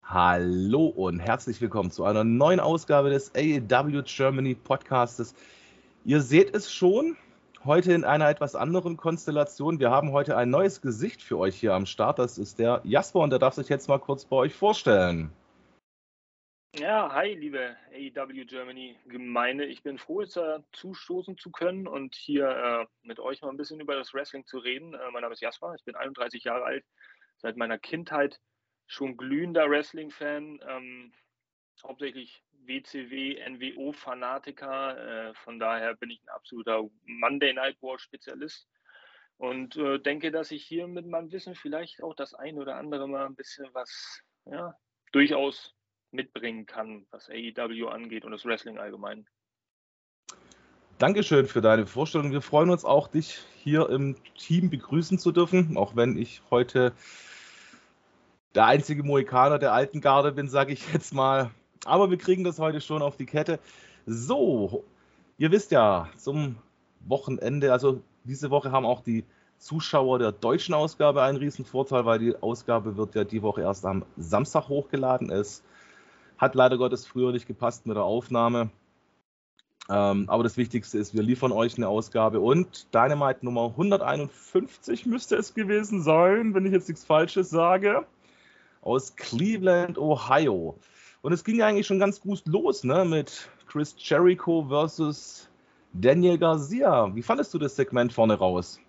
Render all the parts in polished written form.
Hallo und herzlich willkommen zu einer neuen Ausgabe des AEW Germany Podcastes. Ihr seht es schon, heute in einer etwas anderen Konstellation. Wir haben heute ein neues Gesicht für euch hier am Start. Das ist der Jasper und der darf sich jetzt mal kurz bei euch vorstellen. Ja, hi, liebe AEW Germany Gemeinde. Ich bin froh, jetzt zustoßen zu können und hier mit euch mal ein bisschen über das Wrestling zu reden. Mein Name ist Jasper, ich bin 31 Jahre alt, seit meiner Kindheit schon glühender Wrestling-Fan, hauptsächlich WCW, NWO-Fanatiker. Von daher bin ich ein absoluter Monday Night War-Spezialist und denke, dass ich hier mit meinem Wissen vielleicht auch das ein oder andere mal ein bisschen was, ja, durchaus mitbringen kann, was AEW angeht und das Wrestling allgemein. Dankeschön für deine Vorstellung. Wir freuen uns auch, dich hier im Team begrüßen zu dürfen, auch wenn ich heute der einzige Mohikaner der alten Garde bin, sage ich jetzt mal. Aber wir kriegen das heute schon auf die Kette. So, ihr wisst ja, zum Wochenende, also diese Woche haben auch die Zuschauer der deutschen Ausgabe einen riesen Vorteil, weil die Ausgabe wird ja die Woche erst am Samstag hochgeladen. Es hat leider Gottes früher nicht gepasst mit der Aufnahme. Aber das Wichtigste ist, wir liefern euch eine Ausgabe und Dynamite Nummer 151 müsste es gewesen sein, wenn ich jetzt nichts Falsches sage, aus Cleveland, Ohio. Und es ging ja eigentlich schon ganz gut los, ne, mit Chris Jericho versus Daniel Garcia. Wie fandest du das Segment vorne raus?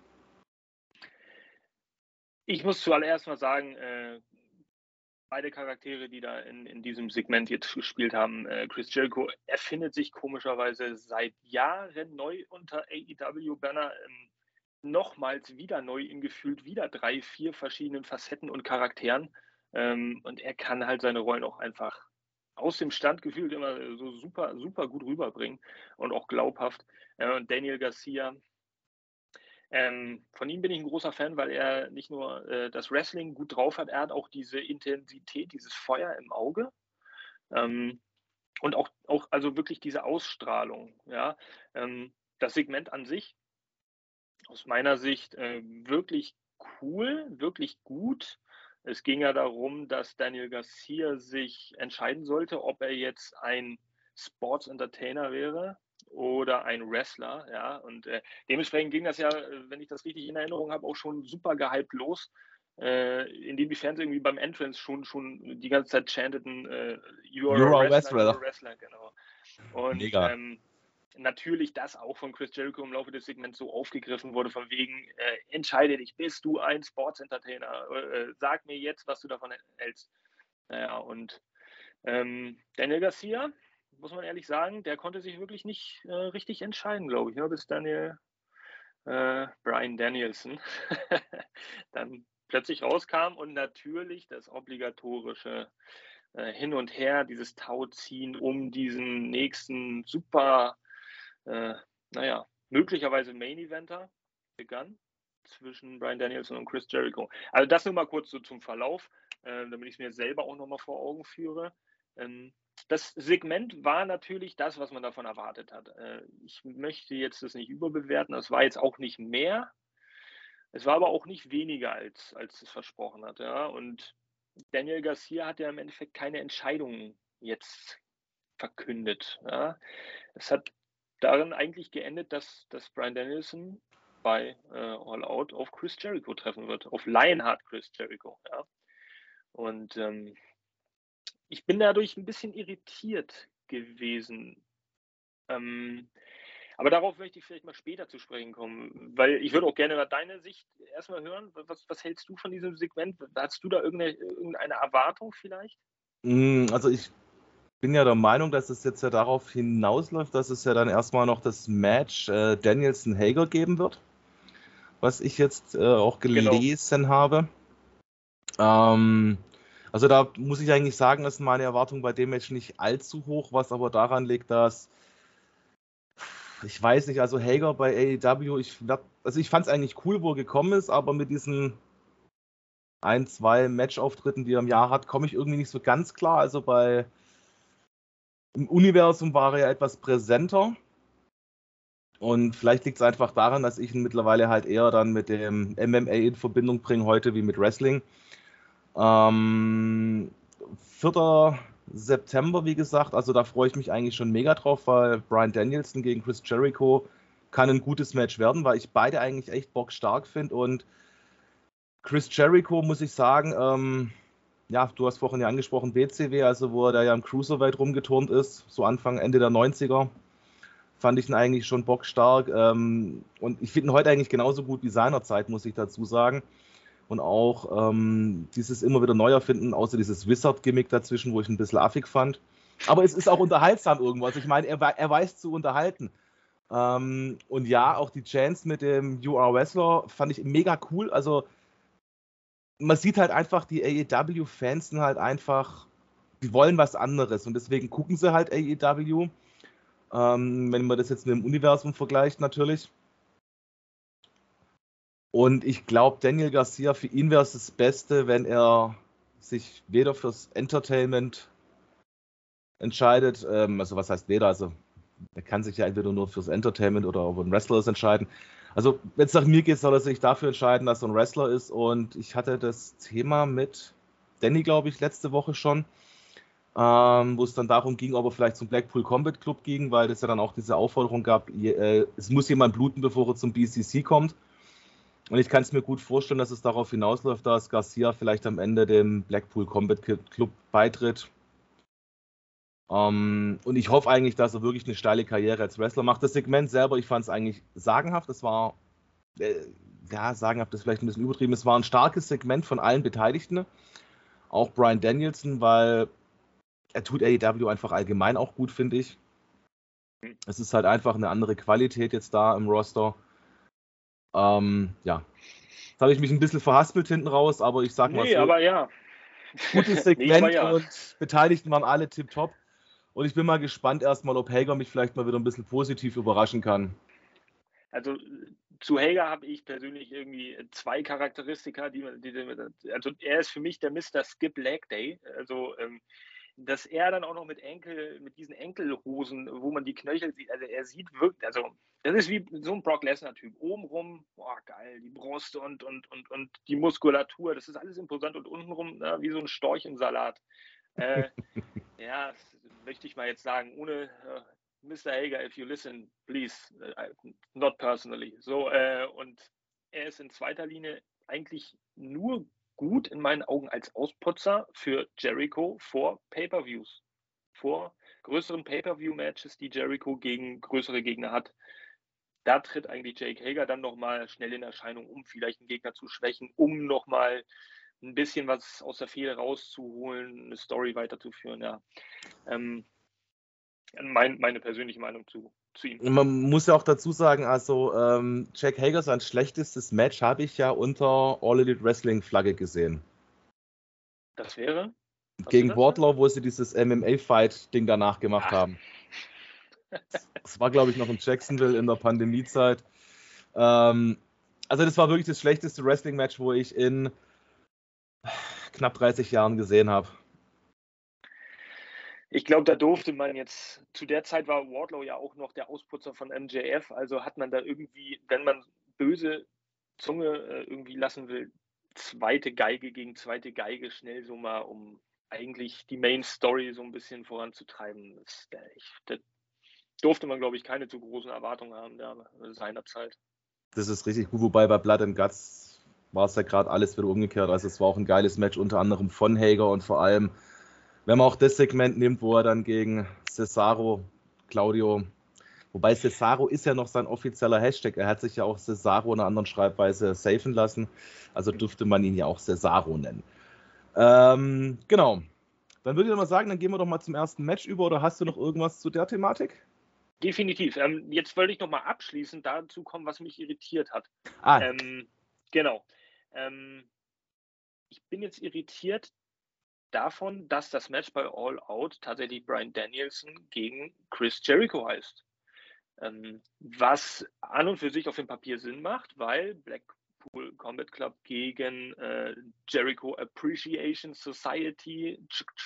Ich muss zuallererst mal sagen, beide Charaktere, die da in diesem Segment jetzt gespielt haben, Chris Jericho erfindet sich komischerweise seit Jahren neu unter AEW-Banner, nochmals wieder neu in gefühlt wieder 3, 4 verschiedenen Facetten und Charakteren. Und er kann halt seine Rollen auch einfach aus dem Stand gefühlt immer so super, super gut rüberbringen und auch glaubhaft. Und Daniel Garcia, von ihm bin ich ein großer Fan, weil er nicht nur das Wrestling gut drauf hat, er hat auch diese Intensität, dieses Feuer im Auge. Und auch also wirklich diese Ausstrahlung. Ja? Das Segment an sich, aus meiner Sicht, wirklich cool, wirklich gut. Es ging ja darum, dass Daniel Garcia sich entscheiden sollte, ob er jetzt ein Sports Entertainer wäre oder ein Wrestler, ja, und dementsprechend ging das ja, wenn ich das richtig in Erinnerung habe, auch schon super gehypt los, indem die Fans irgendwie beim Entrance schon die ganze Zeit chanteten, you're a Wrestler, you're a Wrestler, genau. Und Mega. natürlich das auch von Chris Jericho im Laufe des Segments so aufgegriffen wurde, von wegen, entscheide dich, bist du ein Sports-Entertainer? Sag mir jetzt, was du davon hältst. Naja, und Daniel Garcia, muss man ehrlich sagen, der konnte sich wirklich nicht richtig entscheiden, glaube ich, ne, bis Bryan Danielson dann plötzlich rauskam und natürlich das obligatorische Hin und Her, dieses Tauziehen um diesen nächsten super, möglicherweise Main-Eventer begann zwischen Bryan Danielson und Chris Jericho. Also das nur mal kurz so zum Verlauf, damit ich es mir selber auch nochmal vor Augen führe. Das Segment war natürlich das, was man davon erwartet hat. Ich möchte jetzt das nicht überbewerten, es war jetzt auch nicht mehr, es war aber auch nicht weniger, als es versprochen hat. Ja? Und Daniel Garcia hat ja im Endeffekt keine Entscheidungen jetzt verkündet. Ja? Es hat darin eigentlich geendet, dass Bryan Danielson bei All Out auf Chris Jericho treffen wird, auf Lionheart Chris Jericho. Ja? Und ich bin dadurch ein bisschen irritiert gewesen. Aber darauf möchte ich vielleicht mal später zu sprechen kommen, weil ich würde auch gerne mal deine Sicht erstmal hören. Was hältst du von diesem Segment? Hast du da irgendeine Erwartung vielleicht? Also ich bin ja der Meinung, dass es jetzt ja darauf hinausläuft, dass es ja dann erstmal noch das Match Danielson-Hager geben wird, was ich jetzt auch gelesen habe. Also da muss ich eigentlich sagen, dass meine Erwartung bei dem Match nicht allzu hoch, was aber daran liegt, dass ich weiß nicht, also Hager bei AEW, ich fand es eigentlich cool, wo er gekommen ist, aber mit diesen 1, 2 Match-Auftritten, die er im Jahr hat, komme ich irgendwie nicht so ganz klar. Also im Universum war er ja etwas präsenter. Und vielleicht liegt es einfach daran, dass ich ihn mittlerweile halt eher dann mit dem MMA in Verbindung bringe heute wie mit Wrestling. 4. September, wie gesagt. Also da freue ich mich eigentlich schon mega drauf, weil Bryan Danielson gegen Chris Jericho kann ein gutes Match werden, weil ich beide eigentlich echt bockstark finde. Und Chris Jericho, muss ich sagen, ja, du hast vorhin ja angesprochen, WCW, also wo er da ja im Cruiserweight rumgeturnt ist, so Anfang, Ende der 90er, fand ich ihn eigentlich schon bockstark. Und ich finde ihn heute eigentlich genauso gut wie seinerzeit, muss ich dazu sagen. Und auch dieses immer wieder neu erfinden, außer dieses Wizard-Gimmick dazwischen, wo ich ein bisschen affig fand. Aber es ist auch unterhaltsam irgendwo. Also ich meine, er weiß zu unterhalten. Und ja, auch die Chance mit dem You Are Wrestler fand ich mega cool. Also man sieht halt einfach, die AEW-Fans sind halt einfach, die wollen was anderes. Und deswegen gucken sie halt AEW. Wenn man das jetzt mit dem Universum vergleicht natürlich. Und ich glaube, Daniel Garcia, für ihn wäre es das Beste, wenn er sich weder fürs Entertainment entscheidet, also was heißt weder, also er kann sich ja entweder nur fürs Entertainment oder ob er ein Wrestler ist entscheiden. Also wenn es nach mir geht, soll er sich dafür entscheiden, dass er ein Wrestler ist. Und ich hatte das Thema mit Danny, glaube ich, letzte Woche schon, wo es dann darum ging, ob er vielleicht zum Blackpool Combat Club ging, weil es ja dann auch diese Aufforderung gab, es muss jemand bluten, bevor er zum BCC kommt. Und ich kann es mir gut vorstellen, dass es darauf hinausläuft, dass Garcia vielleicht am Ende dem Blackpool Combat Club beitritt. Und ich hoffe eigentlich, dass er wirklich eine steile Karriere als Wrestler macht. Das Segment selber, ich fand es eigentlich sagenhaft. Es war, ja, sagenhaft ist vielleicht ein bisschen übertrieben. Es war ein starkes Segment von allen Beteiligten. Auch Bryan Danielson, weil er tut AEW einfach allgemein auch gut, finde ich. Es ist halt einfach eine andere Qualität jetzt da im Roster. Ja, jetzt habe ich mich ein bisschen verhaspelt hinten raus, aber ich sag mal Nee, so, aber ja. gutes Nee, Segment aber ja. und Beteiligten waren alle tipptopp. Und ich bin mal gespannt erstmal, ob Hager mich vielleicht mal wieder ein bisschen positiv überraschen kann. Also zu Hager habe ich persönlich irgendwie zwei Charakteristika, also er ist für mich der Mr. Skip Leg Day. Also dass er dann auch noch mit diesen Enkelhosen, wo man die Knöchel sieht, also er sieht wirklich, also das ist wie so ein Brock Lesnar-Typ. Obenrum, boah, geil, die Brust und die Muskulatur, das ist alles imposant und untenrum wie so ein Storch im Salat. Ja, das möchte ich mal jetzt sagen, ohne Mr. Hager, if you listen, please, not personally. So, und er ist in zweiter Linie eigentlich nur gut in meinen Augen als Ausputzer für Jericho vor Pay-Per-Views, vor größeren Pay-Per-View-Matches, die Jericho gegen größere Gegner hat. Da tritt eigentlich Jake Hager dann nochmal schnell in Erscheinung, um vielleicht einen Gegner zu schwächen, um nochmal ein bisschen was aus der Fehde rauszuholen, eine Story weiterzuführen, ja. Meine persönliche Meinung zu ihm. Man muss ja auch dazu sagen, also Jack Hager, sein schlechtestes Match habe ich ja unter All Elite Wrestling Flagge gesehen. Das wäre? Gegen Wardlow, wo sie dieses MMA-Fight-Ding danach gemacht haben. Das war, glaube ich, noch in Jacksonville in der Pandemiezeit. Also das war wirklich das schlechteste Wrestling-Match, wo ich in knapp 30 Jahren gesehen habe. Ich glaube, da durfte man jetzt, zu der Zeit war Wardlow ja auch noch der Ausputzer von MJF, also hat man da irgendwie, wenn man böse Zunge irgendwie lassen will, zweite Geige gegen zweite Geige schnell so mal, um eigentlich die Main Story so ein bisschen voranzutreiben. Da durfte man, glaube ich, keine zu großen Erwartungen haben seinerzeit. Das ist richtig gut, wobei bei Blood and Guts war es ja gerade alles wieder umgekehrt. Also es war auch ein geiles Match, unter anderem von Hager und vor allem, wenn man auch das Segment nimmt, wo er dann gegen Cesaro, Claudio, wobei Cesaro ist ja noch sein offizieller Hashtag, er hat sich ja auch Cesaro in einer anderen Schreibweise safen lassen, also dürfte man ihn ja auch Cesaro nennen. Genau, dann würde ich mal sagen, dann gehen wir doch mal zum ersten Match über, oder hast du noch irgendwas zu der Thematik? Definitiv. Jetzt wollte ich noch mal abschließend dazu kommen, was mich irritiert hat. Ah, Genau. Ich bin jetzt irritiert davon, dass das Match bei All Out tatsächlich Bryan Danielson gegen Chris Jericho heißt. Was an und für sich auf dem Papier Sinn macht, weil Blackpool Combat Club gegen Jericho Appreciation Society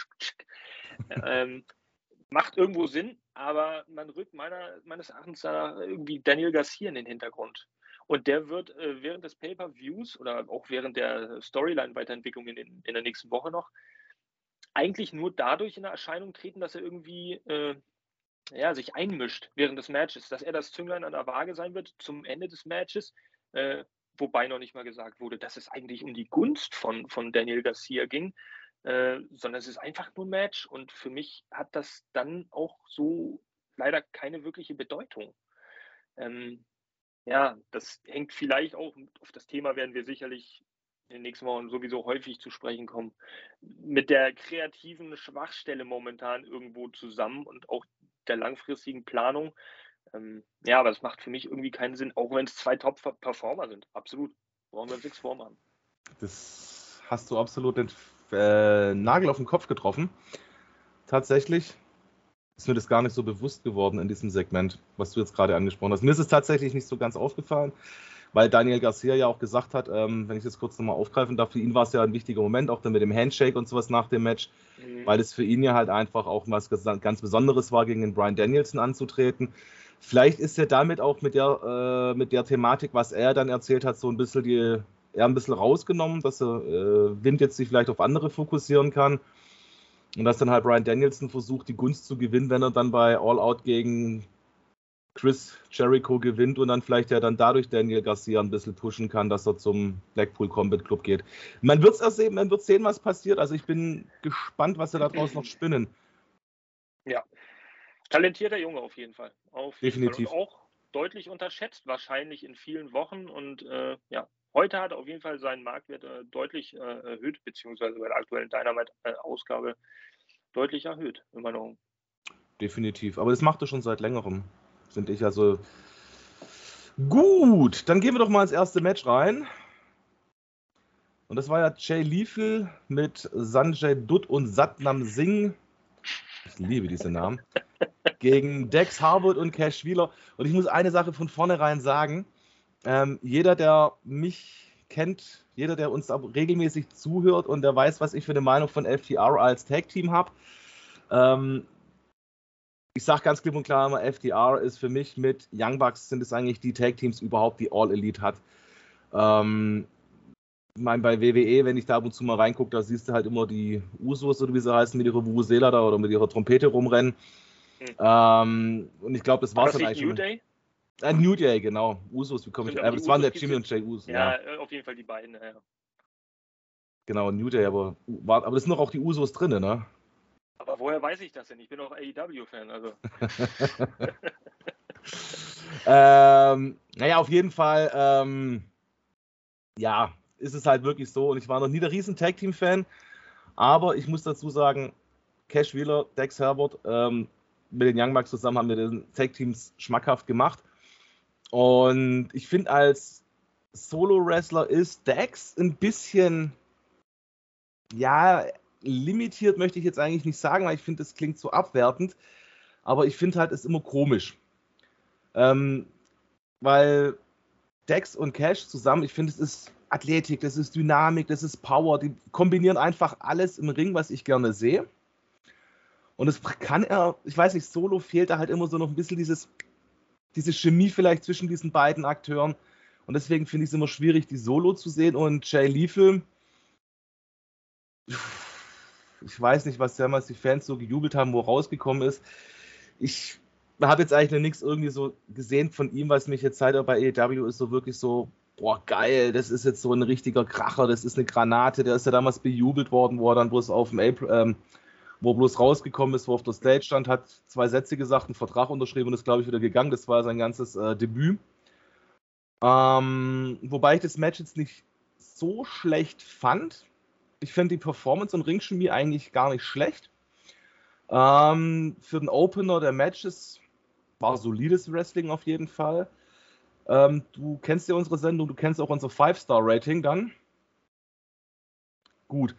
macht irgendwo Sinn, aber man rückt meines Erachtens da irgendwie Daniel Garcia in den Hintergrund. Und der wird während des Pay-Per-Views oder auch während der Storyline-Weiterentwicklung in der nächsten Woche noch eigentlich nur dadurch in Erscheinung treten, dass er irgendwie sich einmischt während des Matches, dass er das Zünglein an der Waage sein wird zum Ende des Matches, wobei noch nicht mal gesagt wurde, dass es eigentlich um die Gunst von Daniel Garcia ging, sondern es ist einfach nur ein Match und für mich hat das dann auch so leider keine wirkliche Bedeutung. Das hängt vielleicht auch, auf das Thema werden wir sicherlich in den nächsten Wochen sowieso häufig zu sprechen kommen, mit der kreativen Schwachstelle momentan irgendwo zusammen und auch der langfristigen Planung. Aber es macht für mich irgendwie keinen Sinn, auch wenn es 2 Top-Performer sind. Absolut. Brauchen wir uns nichts vormachen. Das hast du absolut den Nagel auf den Kopf getroffen. Tatsächlich ist mir das gar nicht so bewusst geworden in diesem Segment, was du jetzt gerade angesprochen hast. Mir ist es tatsächlich nicht so ganz aufgefallen, weil Daniel Garcia ja auch gesagt hat, wenn ich das kurz nochmal aufgreifen darf, für ihn war es ja ein wichtiger Moment, auch dann mit dem Handshake und sowas nach dem Match, weil es für ihn ja halt einfach auch was ganz Besonderes war, gegen den Bryan Danielson anzutreten. Vielleicht ist er damit auch mit der Thematik, was er dann erzählt hat, so ein bisschen ein bisschen rausgenommen, dass er Wind jetzt sich vielleicht auf andere fokussieren kann. Und dass dann halt Bryan Danielson versucht, die Gunst zu gewinnen, wenn er dann bei All Out gegen Chris Jericho gewinnt und dann vielleicht ja dann dadurch Daniel Garcia ein bisschen pushen kann, dass er zum Blackpool Combat Club geht. Man wird sehen, was passiert. Also ich bin gespannt, was sie da draußen noch spinnen. Ja, talentierter Junge auf jeden Fall. Definitiv. Und auch deutlich unterschätzt, wahrscheinlich in vielen Wochen. Und heute hat er auf jeden Fall seinen Marktwert deutlich erhöht, beziehungsweise bei der aktuellen Dynamite-Ausgabe deutlich erhöht, in meiner Meinung. Definitiv. Aber das macht er schon seit längerem, finde ich. Also gut, dann gehen wir doch mal ins erste Match rein. Und das war ja Jay Lethal mit Sanjay Dutt und Satnam Singh. Ich liebe diese Namen. Gegen Dex Harwood und Cash Wheeler. Und ich muss eine Sache von vornherein sagen. Jeder, der mich kennt, jeder, der uns regelmäßig zuhört und der weiß, was ich für eine Meinung von FTR als Tag-Team habe. Ich sage ganz klipp und klar immer, FTR ist für mich mit Young Bucks sind es eigentlich die Tag-Teams überhaupt, die All Elite hat. Ich meine, bei WWE, wenn ich da ab und zu mal reingucke, da siehst du halt immer die Usos oder wie sie heißen, mit ihrer Vuvuzela da oder mit ihrer Trompete rumrennen. Und ich glaube, das war es dann eigentlich New Day? New Day, genau. Usos, wie komme ich? Das waren der Jimmy und Jay Uso. Ja, auf jeden Fall die beiden. Ja. Genau, New Day, aber das sind doch auch die Usos drin, ne? Aber woher weiß ich das denn? Ich bin auch AEW-Fan, also. Auf jeden Fall, ist es halt wirklich so. Und ich war noch nie der riesen Tag-Team-Fan, aber ich muss dazu sagen, Cash Wheeler, Dex Harwood, mit den Young Bucks zusammen haben wir den Tag-Teams schmackhaft gemacht. Und ich finde, als Solo-Wrestler ist Dex ein bisschen, limitiert möchte ich jetzt eigentlich nicht sagen, weil ich finde, das klingt so abwertend. Aber ich finde halt, es ist immer komisch. Weil Dex und Cash zusammen, ich finde, es ist Athletik, das ist Dynamik, das ist Power. Die kombinieren einfach alles im Ring, was ich gerne sehe. Und das kann er, ich weiß nicht, Solo fehlt da halt immer so noch ein bisschen diese Chemie vielleicht zwischen diesen beiden Akteuren. Und deswegen finde ich es immer schwierig, die Solo zu sehen. Und Jay Lethal, ich weiß nicht, was damals die Fans so gejubelt haben, wo rausgekommen ist. Ich habe jetzt eigentlich noch nichts irgendwie so gesehen von ihm, was mich jetzt seit er bei AEW ist, so wirklich so, boah, geil, das ist jetzt so ein richtiger Kracher, das ist eine Granate, der ist ja damals bejubelt worden, wo er dann bloß wo er bloß rausgekommen ist, wo er auf der Stage stand, hat 2 Sätze gesagt, einen Vertrag unterschrieben und ist, glaube ich, wieder gegangen. Das war sein ganzes Debüt. Wobei ich das Match jetzt nicht so schlecht fand. Ich finde die Performance und Ringchemie eigentlich gar nicht schlecht. Für den Opener der Matches war solides Wrestling auf jeden Fall. Du kennst ja unsere Sendung, du kennst auch unser 5-Star-Rating dann. Gut.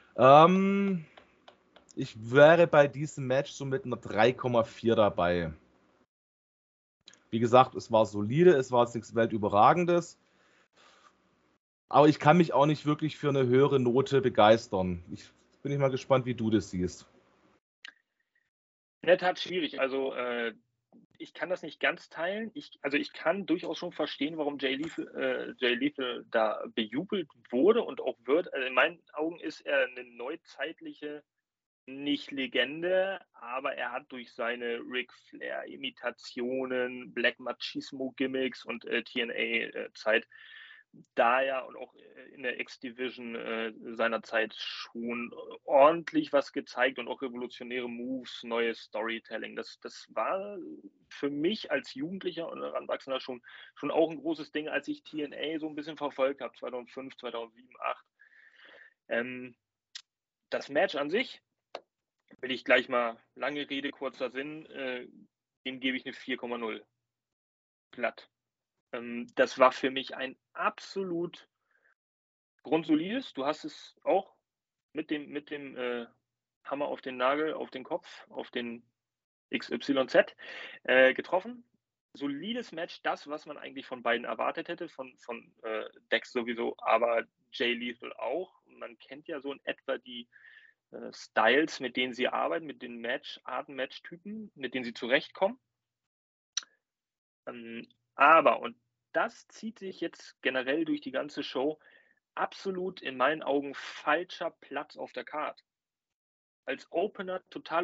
Ich wäre bei diesem Match so mit einer 3,4 dabei. Wie gesagt, es war solide, es war jetzt nichts Weltüberragendes. Aber ich kann mich auch nicht wirklich für eine höhere Note begeistern. Bin mal gespannt, wie du das siehst. In der Tat schwierig. Also ich kann das nicht ganz teilen. Ich kann durchaus schon verstehen, warum Jay Lethal da bejubelt wurde und auch wird. Also in meinen Augen ist er eine neuzeitliche nicht Legende, aber er hat durch seine Ric Flair-Imitationen, Black Machismo-Gimmicks und TNA-Zeit da ja und auch in der X-Division seiner Zeit schon ordentlich was gezeigt und auch revolutionäre Moves, neues Storytelling. Das war für mich als Jugendlicher und Heranwachsender schon auch ein großes Ding, als ich TNA so ein bisschen verfolgt habe, 2005, 2007, 2008. Das Match an sich, will ich gleich mal, lange Rede, kurzer Sinn, dem gebe ich eine 4,0 glatt. Das war für mich ein absolut grundsolides, du hast es auch mit dem Hammer auf den Nagel, auf den Kopf, auf den XYZ getroffen. Solides Match, das, was man eigentlich von beiden erwartet hätte, von Dex sowieso, aber Jay Lethal auch. Man kennt ja so in etwa die Styles, mit denen sie arbeiten, mit den Matcharten, Matchtypen, mit denen sie zurechtkommen. Aber, und das zieht sich jetzt generell durch die ganze Show, absolut in meinen Augen falscher Platz auf der Card. Als Opener total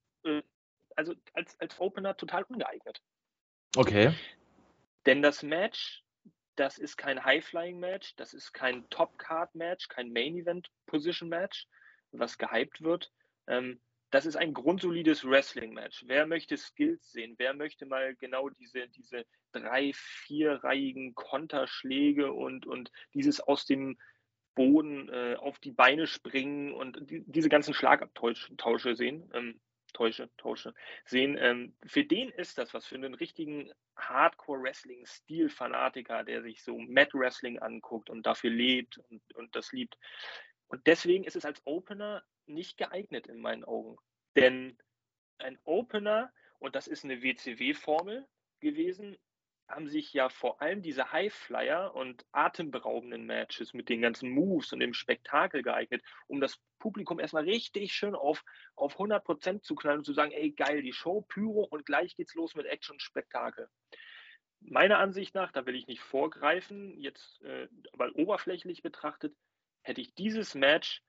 als Opener total ungeeignet. Okay. Denn das Match, das ist kein High-Flying-Match, das ist kein Top-Card-Match, kein Main-Event-Position-Match, was gehypt wird. Das ist ein grundsolides Wrestling-Match. Wer möchte Skills sehen? Wer möchte mal genau diese 3-, 4-reihigen Konterschläge und dieses aus dem Boden auf die Beine springen und diese ganzen Schlagabtausche sehen? Für den ist das was, für einen richtigen Hardcore-Wrestling-Stil-Fanatiker, der sich so Mat-Wrestling anguckt und dafür lebt und das liebt. Und deswegen ist es als Opener nicht geeignet in meinen Augen. Denn ein Opener, und das ist eine WCW-Formel gewesen, haben sich ja vor allem diese Highflyer und atemberaubenden Matches mit den ganzen Moves und dem Spektakel geeignet, um das Publikum erstmal richtig schön auf 100% zu knallen und zu sagen, ey geil, die Show, Pyro und gleich geht's los mit Action und Spektakel. Meiner Ansicht nach, da will ich nicht vorgreifen, jetzt aber oberflächlich betrachtet, hätte ich dieses Match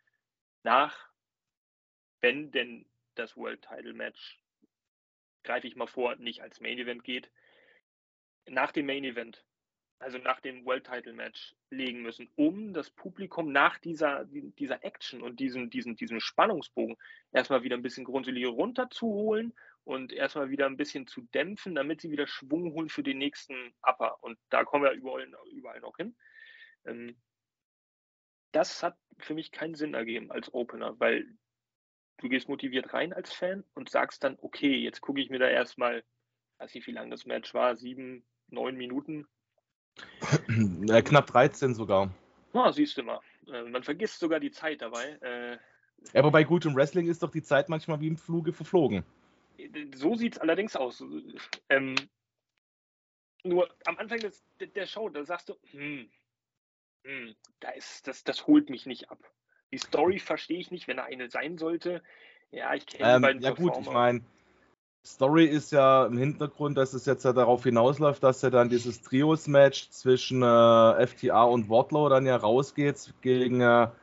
wenn denn das World Title Match, greife ich mal vor, nicht als Main Event geht, nach dem Main Event, also nach dem World Title Match legen müssen, um das Publikum nach dieser Action und diesem Spannungsbogen erstmal wieder ein bisschen grundsolide runterzuholen und erstmal wieder ein bisschen zu dämpfen, damit sie wieder Schwung holen für den nächsten Upper. Und da kommen wir überall noch hin. Das hat für mich keinen Sinn ergeben als Opener, weil du gehst motiviert rein als Fan und sagst dann, okay, jetzt gucke ich mir da erstmal, weiß nicht, wie lang das Match war, 7, 9 Minuten. Knapp 13 sogar. Siehst du mal. Man vergisst sogar die Zeit dabei. Aber bei gutem Wrestling ist doch die Zeit manchmal wie im Fluge verflogen. So sieht es allerdings aus. Nur am Anfang der Show, da sagst du, das holt mich nicht ab. Die Story verstehe ich nicht, wenn da eine sein sollte. Ja, ich kenne die beiden Performer. Ja gut, ich meine, Story ist ja im Hintergrund, dass es jetzt ja darauf hinausläuft, dass ja dann dieses Trios-Match zwischen FTA und Wardlow dann ja rausgeht gegen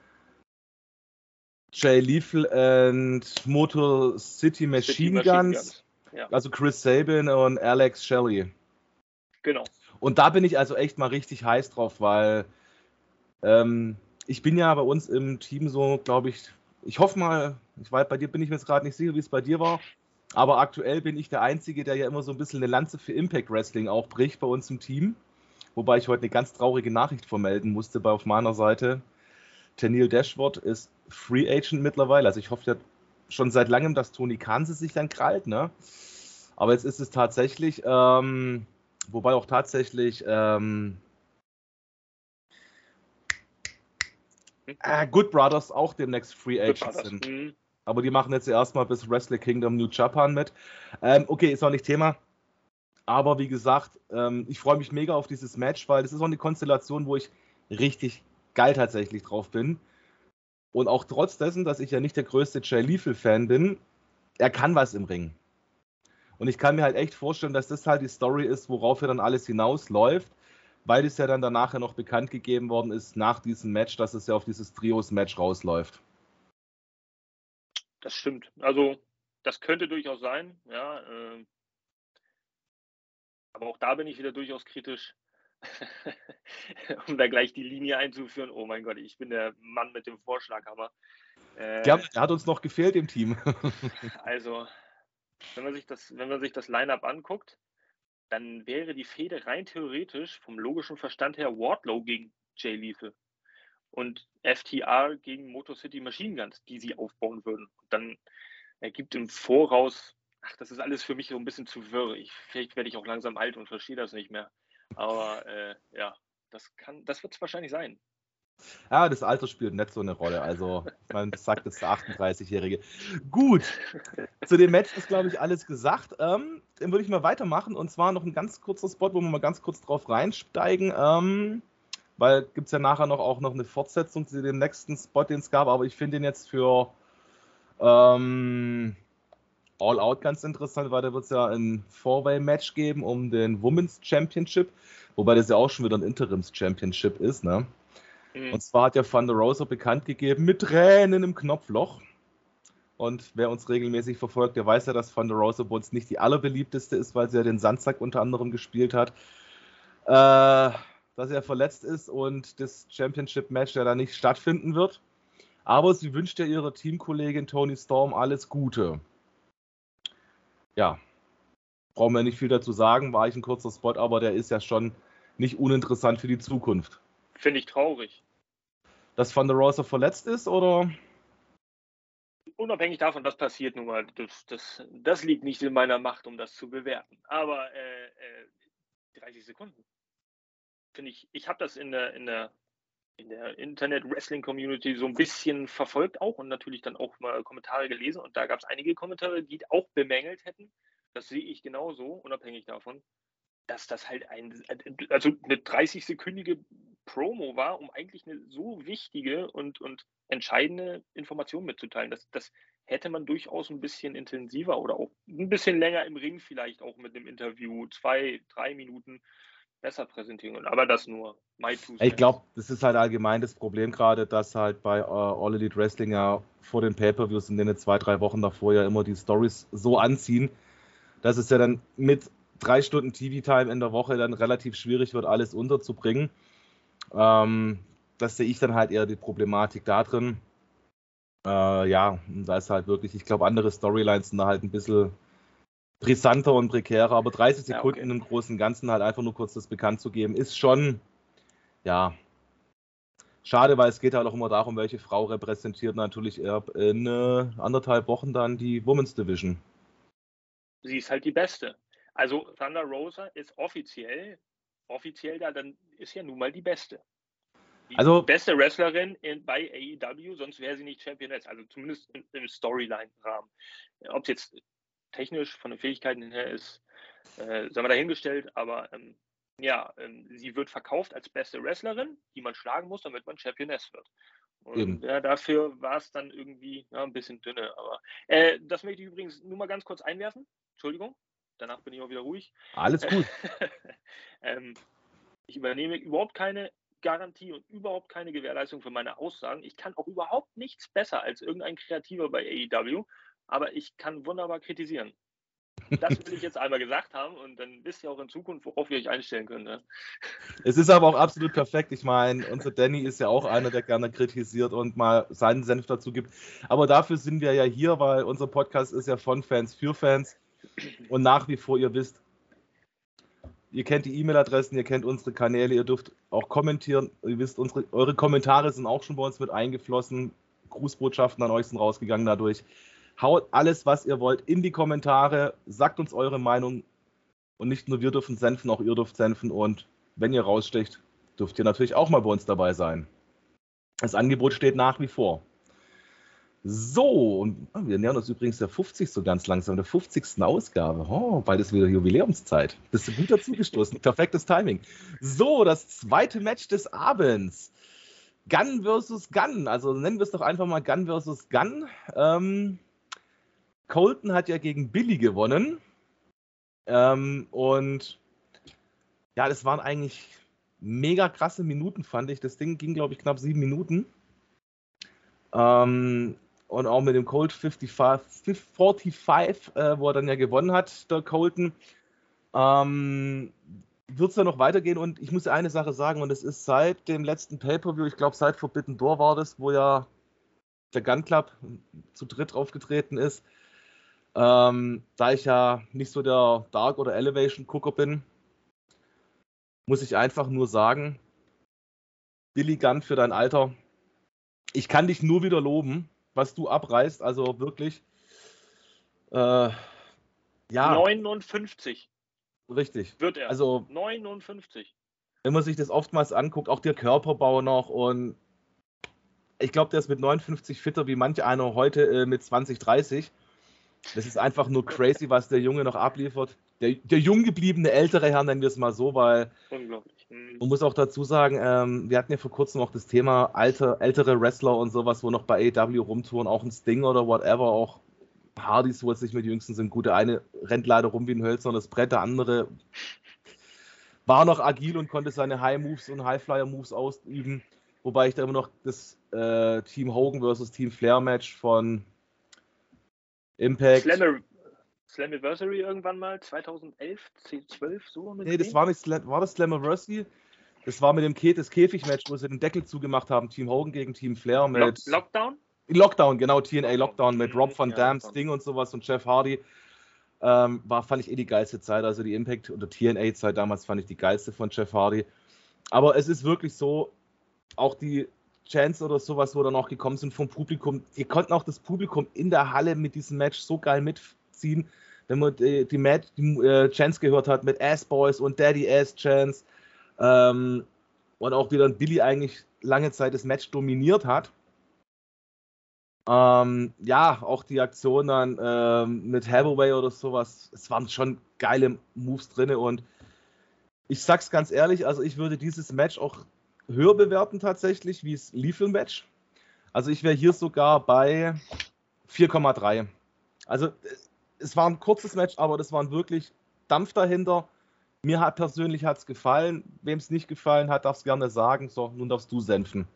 Jay Lethal und Motor City Machine Guns. Ja. Also Chris Sabin und Alex Shelley. Genau. Und da bin ich also echt mal richtig heiß drauf, weil ich bin ja bei uns im Team so, glaube ich hoffe mal, ich weiß, bei dir bin ich mir jetzt gerade nicht sicher, wie es bei dir war, aber aktuell bin ich der Einzige, der ja immer so ein bisschen eine Lanze für Impact Wrestling auch bricht bei uns im Team. Wobei ich heute eine ganz traurige Nachricht vermelden musste auf meiner Seite. Tennille Dashwood ist Free Agent mittlerweile. Also ich hoffe ja schon seit langem, dass Tony Khan sich dann krallt, ne? Aber jetzt ist es tatsächlich, wobei auch tatsächlich Good Brothers auch demnächst Free Agents sind. Mhm. Aber die machen jetzt erstmal bis Wrestle Kingdom New Japan mit. Okay, ist auch nicht Thema. Aber wie gesagt, ich freue mich mega auf dieses Match, weil das ist auch eine Konstellation, wo ich richtig geil tatsächlich drauf bin. Und auch trotz dessen, dass ich ja nicht der größte Jay Lethal-Fan bin, er kann was im Ring. Und ich kann mir halt echt vorstellen, dass das halt die Story ist, worauf er dann alles hinausläuft, weil es ja dann danach ja noch bekannt gegeben worden ist, nach diesem Match, dass es ja auf dieses Trios-Match rausläuft. Das stimmt. Also, das könnte durchaus sein, ja. Aber auch da bin ich wieder durchaus kritisch, um da gleich die Linie einzuführen. Oh mein Gott, ich bin der Mann mit dem Vorschlaghammer. Der hat uns noch gefehlt im Team. Also, wenn man sich das Line-Up anguckt, dann wäre die Fehde rein theoretisch vom logischen Verstand her Wardlow gegen Jay Lethal und FTR gegen Motor City Machine Guns, die sie aufbauen würden. Und dann ergibt im Voraus, das ist alles für mich so ein bisschen zu wirr. Vielleicht werde ich auch langsam alt und verstehe das nicht mehr. Aber ja, das wird es wahrscheinlich sein. Ja, das Alter spielt nicht so eine Rolle. Also, man sagt es der 38-Jährige. Gut, zu dem Match ist, glaube ich, alles gesagt. Dann würde ich mal weitermachen. Und zwar noch ein ganz kurzer Spot, wo wir mal ganz kurz drauf reinsteigen. Weil gibt es ja nachher auch noch eine Fortsetzung zu dem nächsten Spot, den es gab. Aber ich finde den jetzt für All Out ganz interessant, weil da wird es ja ein Four-Way-Match geben um den Women's Championship. Wobei das ja auch schon wieder ein Interims-Championship ist, ne? Und zwar hat ja Thunder Rosa bekannt gegeben, mit Tränen im Knopfloch. Und wer uns regelmäßig verfolgt, der weiß ja, dass Thunder Rosa bei uns nicht die allerbeliebteste ist, weil sie ja den Sandsack unter anderem gespielt hat. Dass er verletzt ist und das Championship-Match ja dann nicht stattfinden wird. Aber sie wünscht ja ihrer Teamkollegin Toni Storm alles Gute. Ja, brauchen wir nicht viel dazu sagen, war eigentlich ein kurzer Spot, aber der ist ja schon nicht uninteressant für die Zukunft. Finde ich traurig. Dass Thunder Rosa verletzt ist, oder? Unabhängig davon, was passiert nun mal, das liegt nicht in meiner Macht, um das zu bewerten. Aber 30 Sekunden. Finde ich habe das in der Internet-Wrestling-Community so ein bisschen verfolgt auch und natürlich dann auch mal Kommentare gelesen. Und da gab es einige Kommentare, die auch bemängelt hätten. Das sehe ich genauso, unabhängig davon, dass das halt eine 30-sekündige Promo war, um eigentlich eine so wichtige und entscheidende Information mitzuteilen. Das hätte man durchaus ein bisschen intensiver oder auch ein bisschen länger im Ring vielleicht auch mit einem Interview, 2-3 Minuten besser präsentieren können. Aber das nur my two cents. Ich glaube, das ist halt allgemein das Problem gerade, dass halt bei All Elite Wrestling ja vor den Pay-Per-Views in den 2-3 Wochen davor ja immer die Storys so anziehen, dass es ja dann mit 3 Stunden TV-Time in der Woche dann relativ schwierig wird, alles unterzubringen. Das sehe ich dann halt eher die Problematik da drin. Ja, da ist halt wirklich, ich glaube, andere Storylines sind da halt ein bisschen brisanter und prekärer, aber 30 Sekunden im Großen und Ganzen halt einfach nur kurz das bekannt zu geben, ist schon, ja, schade, weil es geht halt auch immer darum, welche Frau repräsentiert natürlich eher in 1,5 Wochen dann die Women's Division. Sie ist halt die Beste. Also Thunder Rosa ist offiziell da, dann ist ja nun mal die Beste. Die beste Wrestlerin bei AEW, sonst wäre sie nicht Championess, also zumindest im Storyline-Rahmen. Ob es jetzt technisch von den Fähigkeiten her ist, sagen wir dahingestellt, aber sie wird verkauft als beste Wrestlerin, die man schlagen muss, damit man Championess wird. Und dafür war es dann irgendwie ein bisschen dünne. Aber das möchte ich übrigens nur mal ganz kurz einwerfen. Entschuldigung, danach bin ich auch wieder ruhig. Alles gut. Ich übernehme überhaupt keine Garantie und überhaupt keine Gewährleistung für meine Aussagen. Ich kann auch überhaupt nichts besser als irgendein Kreativer bei AEW, aber ich kann wunderbar kritisieren. Das will ich jetzt einmal gesagt haben und dann wisst ihr auch in Zukunft, worauf ihr euch einstellen könnt. Ne? Es ist aber auch absolut perfekt. Ich meine, unser Danny ist ja auch einer, der gerne kritisiert und mal seinen Senf dazu gibt. Aber dafür sind wir ja hier, weil unser Podcast ist ja von Fans für Fans. Und nach wie vor, ihr wisst, ihr kennt die E-Mail-Adressen, ihr kennt unsere Kanäle, ihr dürft auch kommentieren. Ihr wisst, eure Kommentare sind auch schon bei uns mit eingeflossen. Grußbotschaften an euch sind rausgegangen dadurch. Haut alles, was ihr wollt, in die Kommentare. Sagt uns eure Meinung. Und nicht nur wir dürfen senfen, auch ihr dürft senfen. Und wenn ihr rausstecht, dürft ihr natürlich auch mal bei uns dabei sein. Das Angebot steht nach wie vor. So, und wir nähern uns übrigens der 50. so ganz langsam, der 50. Ausgabe. Oh, bald ist wieder Jubiläumszeit. Bist du gut dazu gestoßen? Perfektes Timing. So, das zweite Match des Abends. Gunn versus Gunn. Also nennen wir es doch einfach mal Gunn versus Gunn. Colton hat ja gegen Billy gewonnen. Und ja, das waren eigentlich mega krasse Minuten, fand ich. Das Ding ging, glaube ich, knapp 7 Minuten. und auch mit dem Colt 45, wo er dann ja gewonnen hat, der Colton, wird es ja noch weitergehen. Und ich muss ja eine Sache sagen, und das ist seit dem letzten Pay-Per-View, ich glaube seit Forbidden Door war das, wo ja der Gun Club zu dritt aufgetreten ist. Da ich ja nicht so der Dark- oder Elevation-Gucker bin, muss ich einfach nur sagen, Billy Gunn, für dein Alter, ich kann dich nur wieder loben, was du abreißt, also wirklich. Ja. 59 Richtig. wird er. Also 59. Wenn man sich das oftmals anguckt, auch der Körperbau noch, und ich glaube, der ist mit 59 fitter wie manch einer heute mit 20, 30. Das ist einfach nur crazy, was der Junge noch abliefert. Der jung gebliebene ältere Herr, nennen wir es mal so, weil unglaublich. Man muss auch dazu sagen, wir hatten ja vor kurzem auch das Thema ältere Wrestler und sowas, wo noch bei AEW rumtouren, auch ein Sting oder whatever, auch Hardys, wo es nicht mehr die Jüngsten sind. Gut, der eine rennt leider rum wie ein hölzernes Brett, der andere war noch agil und konnte seine High-Moves und High-Flyer-Moves ausüben. Wobei ich da immer noch das Team Hogan versus Team Flair-Match von Impact... Slammiversary irgendwann mal, 2011, 12, so? Nee, das war nicht war das Slammiversary? Das war mit dem das Käfig-Match, wo sie den Deckel zugemacht haben. Team Hogan gegen Team Flair mit... Lockdown? Lockdown, genau, TNA Lockdown mit Rob Van Dam, Sting und sowas und Jeff Hardy. Fand ich die geilste Zeit, also die Impact- oder TNA-Zeit damals fand ich die geilste von Jeff Hardy. Aber es ist wirklich so, auch die Chants oder sowas, wo dann auch gekommen sind vom Publikum, die konnten auch das Publikum in der Halle mit diesem Match so geil mitziehen, wenn man die Chants gehört hat mit Ass Boys und Daddy Ass Chants, und auch wie dann Billy eigentlich lange Zeit das Match dominiert hat. Ja, auch die Aktion dann mit Hathaway oder sowas, es waren schon geile Moves drin, und ich sag's ganz ehrlich, also ich würde dieses Match auch höher bewerten tatsächlich, wie es lief im Match. Also ich wäre hier sogar bei 4,3. Also es war ein kurzes Match, aber das war ein wirklich Dampf dahinter. Mir persönlich hat es gefallen. Wem es nicht gefallen hat, darf es gerne sagen. So, nun darfst du senfen.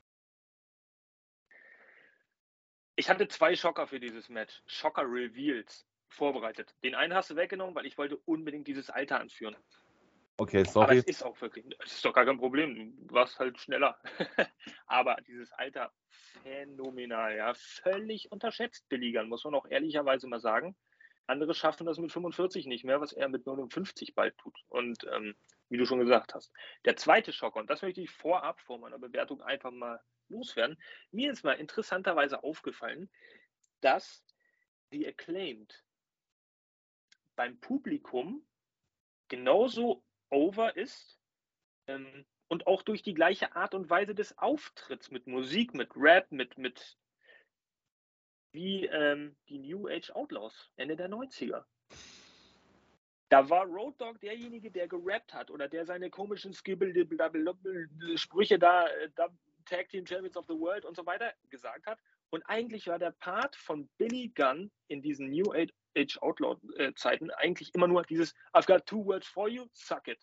Ich hatte 2 Schocker für dieses Match. Schocker-Reveals vorbereitet. Den einen hast du weggenommen, weil ich wollte unbedingt dieses Alter anführen. Okay, sorry. Aber es ist auch wirklich, es ist doch gar kein Problem. Du warst halt schneller. Aber dieses Alter, phänomenal, ja. Völlig unterschätzt, Billy Gunn, muss man auch ehrlicherweise mal sagen. Andere schaffen das mit 45 nicht mehr, was er mit 59 bald tut. Und wie du schon gesagt hast. Der zweite Schocker, und das möchte ich vorab vor meiner Bewertung einfach mal loswerden. Mir ist mal interessanterweise aufgefallen, dass The Acclaimed beim Publikum genauso over ist und auch durch die gleiche Art und Weise des Auftritts mit Musik, mit Rap, mit wie die New Age Outlaws Ende der 90er. Da war Road Dogg derjenige, der gerappt hat oder der seine komischen Sprüche da Tag Team Champions of the World und so weiter gesagt hat. Und eigentlich war der Part von Billy Gunn in diesen New Age Outlaw Zeiten eigentlich immer nur dieses I've got 2 words for you, suck it.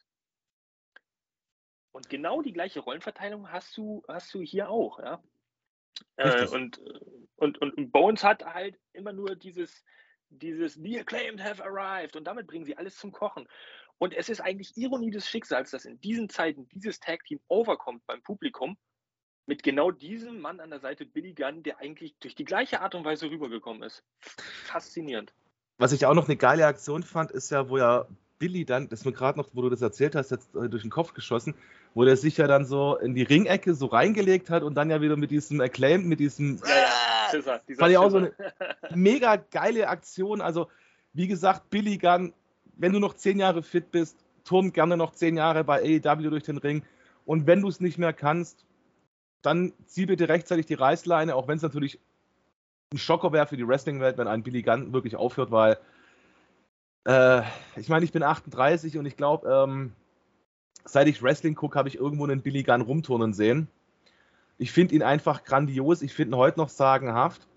Und genau die gleiche Rollenverteilung hast du hier auch, ja. Und Bones hat halt immer nur dieses The Acclaimed have arrived, und damit bringen sie alles zum Kochen. Und es ist eigentlich Ironie des Schicksals, dass in diesen Zeiten dieses Tag-Team overkommt beim Publikum mit genau diesem Mann an der Seite, Billy Gunn, der eigentlich durch die gleiche Art und Weise rübergekommen ist. Faszinierend. Was ich auch noch eine geile Aktion fand, ist ja, wo ja Billy dann, das ist mir gerade noch, wo du das erzählt hast, jetzt durch den Kopf geschossen, wo der sich ja dann so in die Ringecke so reingelegt hat und dann ja wieder mit diesem Acclaim, mit diesem... Scissor, fand ich auch so eine mega geile Aktion. Also, wie gesagt, Billy Gunn, wenn du noch 10 Jahre fit bist, turn gerne noch 10 Jahre bei AEW durch den Ring. Und wenn du es nicht mehr kannst, dann zieh bitte rechtzeitig die Reißleine, auch wenn es natürlich ein Schocker wäre für die Wrestling-Welt, wenn ein Billy Gunn wirklich aufhört, weil ich meine, ich bin 38 und ich glaube, seit ich Wrestling gucke, habe ich irgendwo einen Billy Gunn rumturnen sehen. Ich finde ihn einfach grandios. Ich finde ihn heute noch sagenhaft.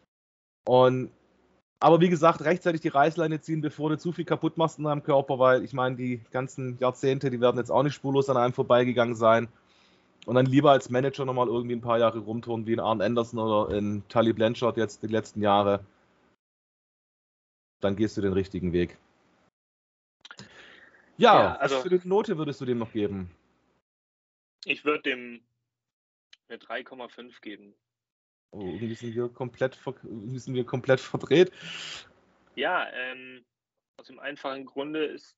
Aber wie gesagt, rechtzeitig die Reißleine ziehen, bevor du zu viel kaputt machst in deinem Körper, weil ich meine, die ganzen Jahrzehnte, die werden jetzt auch nicht spurlos an einem vorbeigegangen sein. Und dann lieber als Manager nochmal irgendwie ein paar Jahre rumtouren wie in Arn Anderson oder in Tully Blanchard jetzt die letzten Jahre. Dann gehst du den richtigen Weg. Ja, also was für eine Note würdest du dem noch geben? ich würde dem eine 3,5 geben. Oh, irgendwie sind wir komplett verdreht. Ja, aus dem einfachen Grunde ist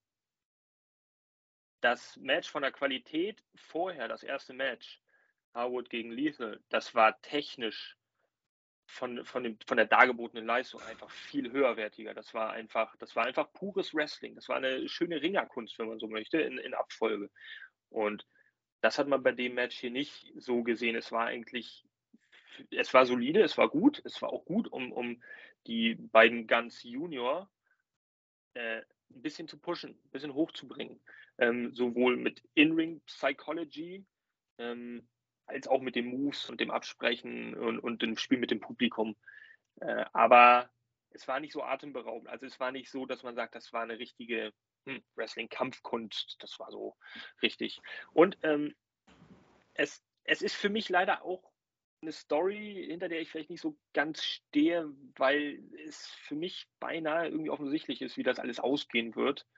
das Match von der Qualität vorher, das erste Match, Harwood gegen Lethal, das war technisch von der dargebotenen Leistung einfach viel höherwertiger. Das war einfach pures Wrestling. Das war eine schöne Ringerkunst, wenn man so möchte, in Abfolge. Und das hat man bei dem Match hier nicht so gesehen. Es war solide, es war gut. Es war auch gut, um die beiden Guns Junior ein bisschen zu pushen, ein bisschen hochzubringen. Sowohl mit In-Ring Psychology, als auch mit den Moves und dem Absprechen und dem Spiel mit dem Publikum. Aber es war nicht so atemberaubend. Also es war nicht so, dass man sagt, das war eine richtige Wrestling-Kampfkunst. Das war so richtig. Und es ist für mich leider auch eine Story, hinter der ich vielleicht nicht so ganz stehe, weil es für mich beinahe irgendwie offensichtlich ist, wie das alles ausgehen wird.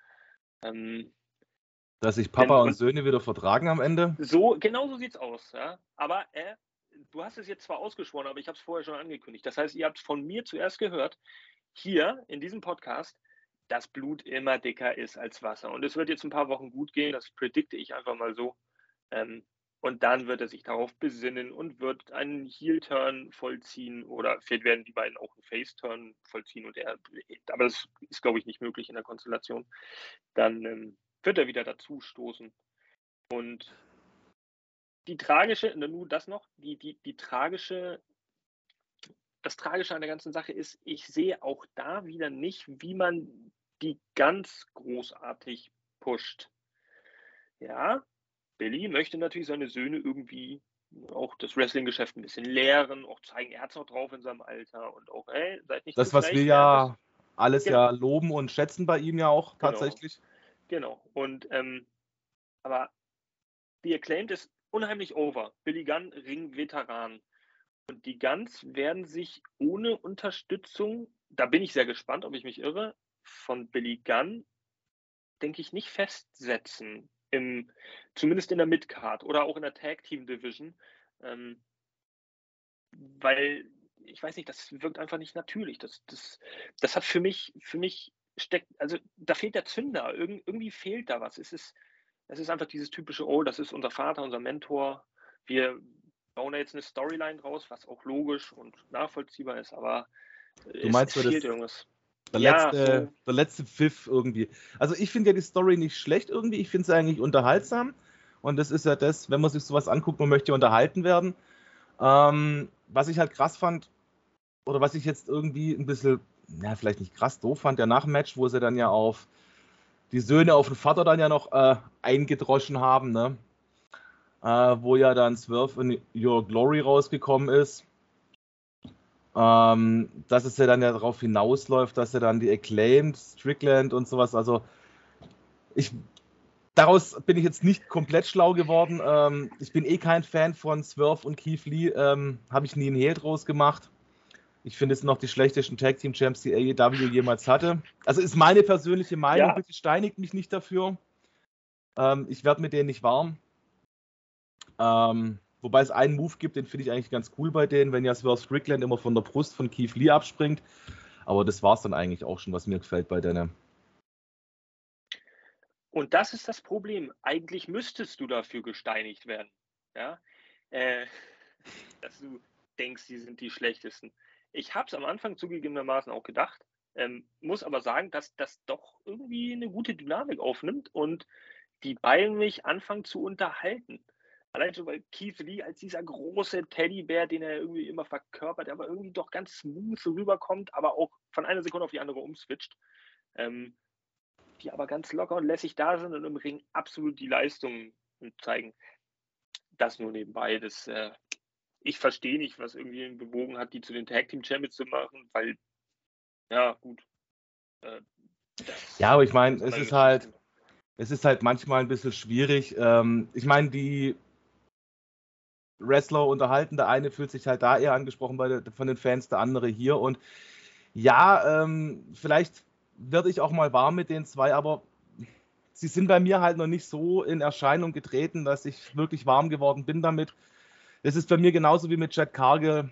Dass sich Papa und Söhne wieder vertragen am Ende? Genau so sieht es aus. Ja? Aber du hast es jetzt zwar ausgesprochen, aber ich habe es vorher schon angekündigt. Das heißt, ihr habt von mir zuerst gehört, hier in diesem Podcast, dass Blut immer dicker ist als Wasser. Und es wird jetzt ein paar Wochen gut gehen, das predikte ich einfach mal so. Und dann wird er sich darauf besinnen und wird einen Heel-Turn vollziehen oder vielleicht werden die beiden auch einen Face-Turn vollziehen. Aber das ist, glaube ich, nicht möglich in der Konstellation. Dann wird er wieder dazu stoßen. Und das Tragische an der ganzen Sache ist, ich sehe auch da wieder nicht, wie man die ganz großartig pusht. Ja, Billy möchte natürlich seine Söhne irgendwie auch das Wrestling-Geschäft ein bisschen lehren, auch zeigen, er hat es noch drauf in seinem Alter und auch, seid nicht das, zu was frech. wir ja alles ja loben und schätzen bei ihm ja auch tatsächlich. Genau. Und aber The Acclaimed ist unheimlich over. Billy Gunn, Ring-Veteran. Und die Guns werden sich ohne Unterstützung, da bin ich sehr gespannt, ob ich mich irre, von Billy Gunn, denke ich, nicht festsetzen. Zumindest in der Midcard oder auch in der Tag Team Division. Weil, ich weiß nicht, das wirkt einfach nicht natürlich. Das hat für mich also da fehlt der Zünder. Irgendwie fehlt da was. Es ist einfach dieses typische, oh, das ist unser Vater, unser Mentor. Wir bauen da jetzt eine Storyline draus, was auch logisch und nachvollziehbar ist, aber du meinst, es fehlt irgendwas. Der letzte Pfiff irgendwie. Also ich finde ja die Story nicht schlecht irgendwie, ich finde sie eigentlich unterhaltsam und das ist ja das, wenn man sich sowas anguckt, man möchte ja unterhalten werden. Was ich halt krass fand, oder was ich jetzt irgendwie ein bisschen, vielleicht nicht krass doof fand, der Nachmatch, wo sie dann ja auf die Söhne auf den Vater dann ja noch eingedroschen haben, ne? Wo ja dann Swerve in Your Glory rausgekommen ist. Dass es ja dann ja darauf hinausläuft, dass er dann die Acclaimed, Strickland und sowas, also daraus bin ich jetzt nicht komplett schlau geworden. Ich bin kein Fan von Swerve und Keith Lee, habe ich nie einen Hehl draus gemacht. Ich finde, es sind noch die schlechtesten Tag Team Champs, die AEW jemals hatte. Also ist meine persönliche Meinung, bitte steinigt mich nicht dafür. Ich werde mit denen nicht warm. Wobei es einen Move gibt, den finde ich eigentlich ganz cool bei denen, wenn ja Swerve Strickland immer von der Brust von Keith Lee abspringt. Aber das war es dann eigentlich auch schon, was mir gefällt bei denen. Und das ist das Problem. Eigentlich müsstest du dafür gesteinigt werden. Ja? Dass du denkst, die sind die schlechtesten. Ich habe es am Anfang zugegebenermaßen auch gedacht, muss aber sagen, dass das doch irgendwie eine gute Dynamik aufnimmt und die beiden mich anfangen zu unterhalten. Allein schon, weil Keith Lee als dieser große Teddybär, den er irgendwie immer verkörpert, aber irgendwie doch ganz smooth rüberkommt, aber auch von einer Sekunde auf die andere umswitcht. Die aber ganz locker und lässig da sind und im Ring absolut die Leistung zeigen. Das nur nebenbei. Ich verstehe nicht, was irgendwie ihn bewogen hat, die zu den Tag Team Champions zu machen, weil, ja, gut. Ja, aber ich meine, es ist halt manchmal ein bisschen schwierig. Ich meine, Wrestler unterhalten. Der eine fühlt sich halt da eher angesprochen von den Fans, der andere hier. Und ja, vielleicht werde ich auch mal warm mit den zwei, aber sie sind bei mir halt noch nicht so in Erscheinung getreten, dass ich wirklich warm geworden bin damit. Das ist bei mir genauso wie mit Jack Cargill.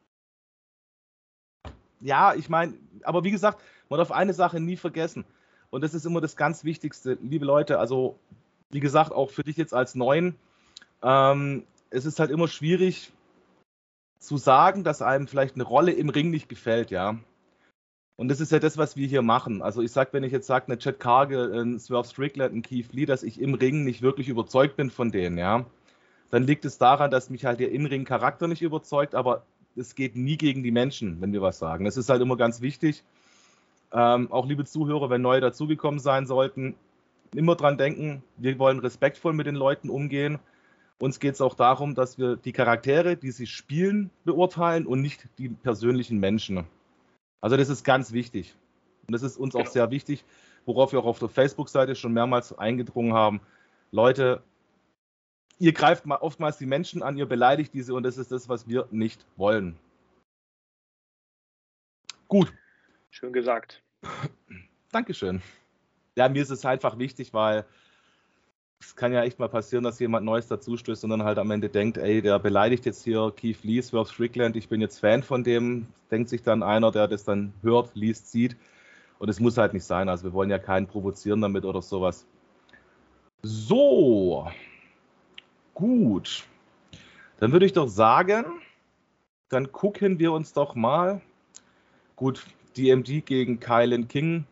Ja, ich meine, aber wie gesagt, man darf eine Sache nie vergessen. Und das ist immer das ganz Wichtigste, liebe Leute. Also, wie gesagt, auch für dich jetzt als Neuen. Es ist halt immer schwierig zu sagen, dass einem vielleicht eine Rolle im Ring nicht gefällt, ja. Und das ist ja das, was wir hier machen. Also ich sag, wenn ich jetzt sage, eine Chad Cargill, ein Swerve Strickland, ein Keith Lee, dass ich im Ring nicht wirklich überzeugt bin von denen, ja, dann liegt es daran, dass mich halt der In-Ring-Charakter nicht überzeugt, aber es geht nie gegen die Menschen, wenn wir was sagen. Das ist halt immer ganz wichtig. Auch liebe Zuhörer, wenn neue dazugekommen sein sollten, immer dran denken, wir wollen respektvoll mit den Leuten umgehen. Uns geht es auch darum, dass wir die Charaktere, die sie spielen, beurteilen und nicht die persönlichen Menschen. Also das ist ganz wichtig. Und das ist uns auch sehr wichtig, worauf wir auch auf der Facebook-Seite schon mehrmals eingedrungen haben. Leute, ihr greift oftmals die Menschen an, ihr beleidigt diese und das ist das, was wir nicht wollen. Gut. Schön gesagt. Dankeschön. Ja, mir ist es einfach wichtig, weil es kann ja echt mal passieren, dass jemand Neues dazustößt und dann halt am Ende denkt, ey, der beleidigt jetzt hier Keith Lee, Swerve Strickland, ich bin jetzt Fan von dem, denkt sich dann einer, der das dann hört, liest, sieht. Und es muss halt nicht sein. Also wir wollen ja keinen provozieren damit oder sowas. So. Gut. Dann würde ich doch sagen, dann gucken wir uns doch mal. Gut, DMD gegen Kylan King.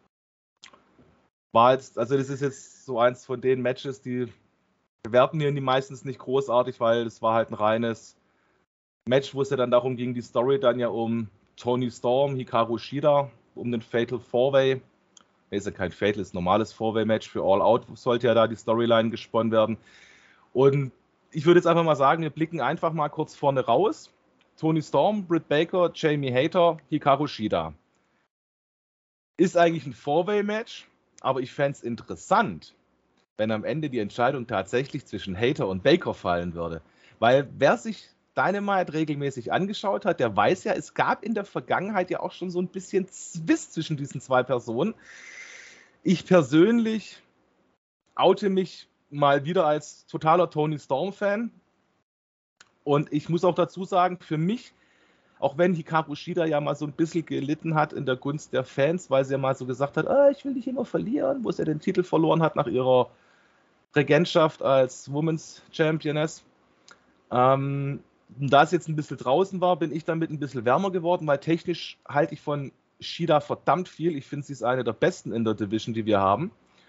War jetzt, also das ist jetzt so eins von den Matches, die bewerten wir meistens nicht großartig, weil es war halt ein reines Match, wo es ja dann darum ging, die Story dann ja um Toni Storm, Hikaru Shida, um den Fatal 4-Way. Ist ja kein Fatal, ist ein normales 4-Way-Match für All Out, sollte ja da die Storyline gesponnen werden. Und ich würde jetzt einfach mal sagen, wir blicken einfach mal kurz vorne raus. Toni Storm, Britt Baker, Jamie Hayter, Hikaru Shida. Ist eigentlich ein 4-Way-Match, aber ich fände es interessant, wenn am Ende die Entscheidung tatsächlich zwischen Hayter und Baker fallen würde. Weil wer sich Dynamite regelmäßig angeschaut hat, der weiß ja, es gab in der Vergangenheit ja auch schon so ein bisschen Zwist zwischen diesen zwei Personen. Ich persönlich oute mich mal wieder als totaler Toni Storm-Fan. Und ich muss auch dazu sagen, für mich, auch wenn Hikaru Shida ja mal so ein bisschen gelitten hat in der Gunst der Fans, weil sie ja mal so gesagt hat, ich will dich immer verlieren, wo sie den Titel verloren hat nach ihrer Regentschaft als Women's Championess. Da es jetzt ein bisschen draußen war, bin ich damit ein bisschen wärmer geworden, weil technisch halte ich von Shida verdammt viel. Ich finde, sie ist eine der besten in der Division, die wir haben.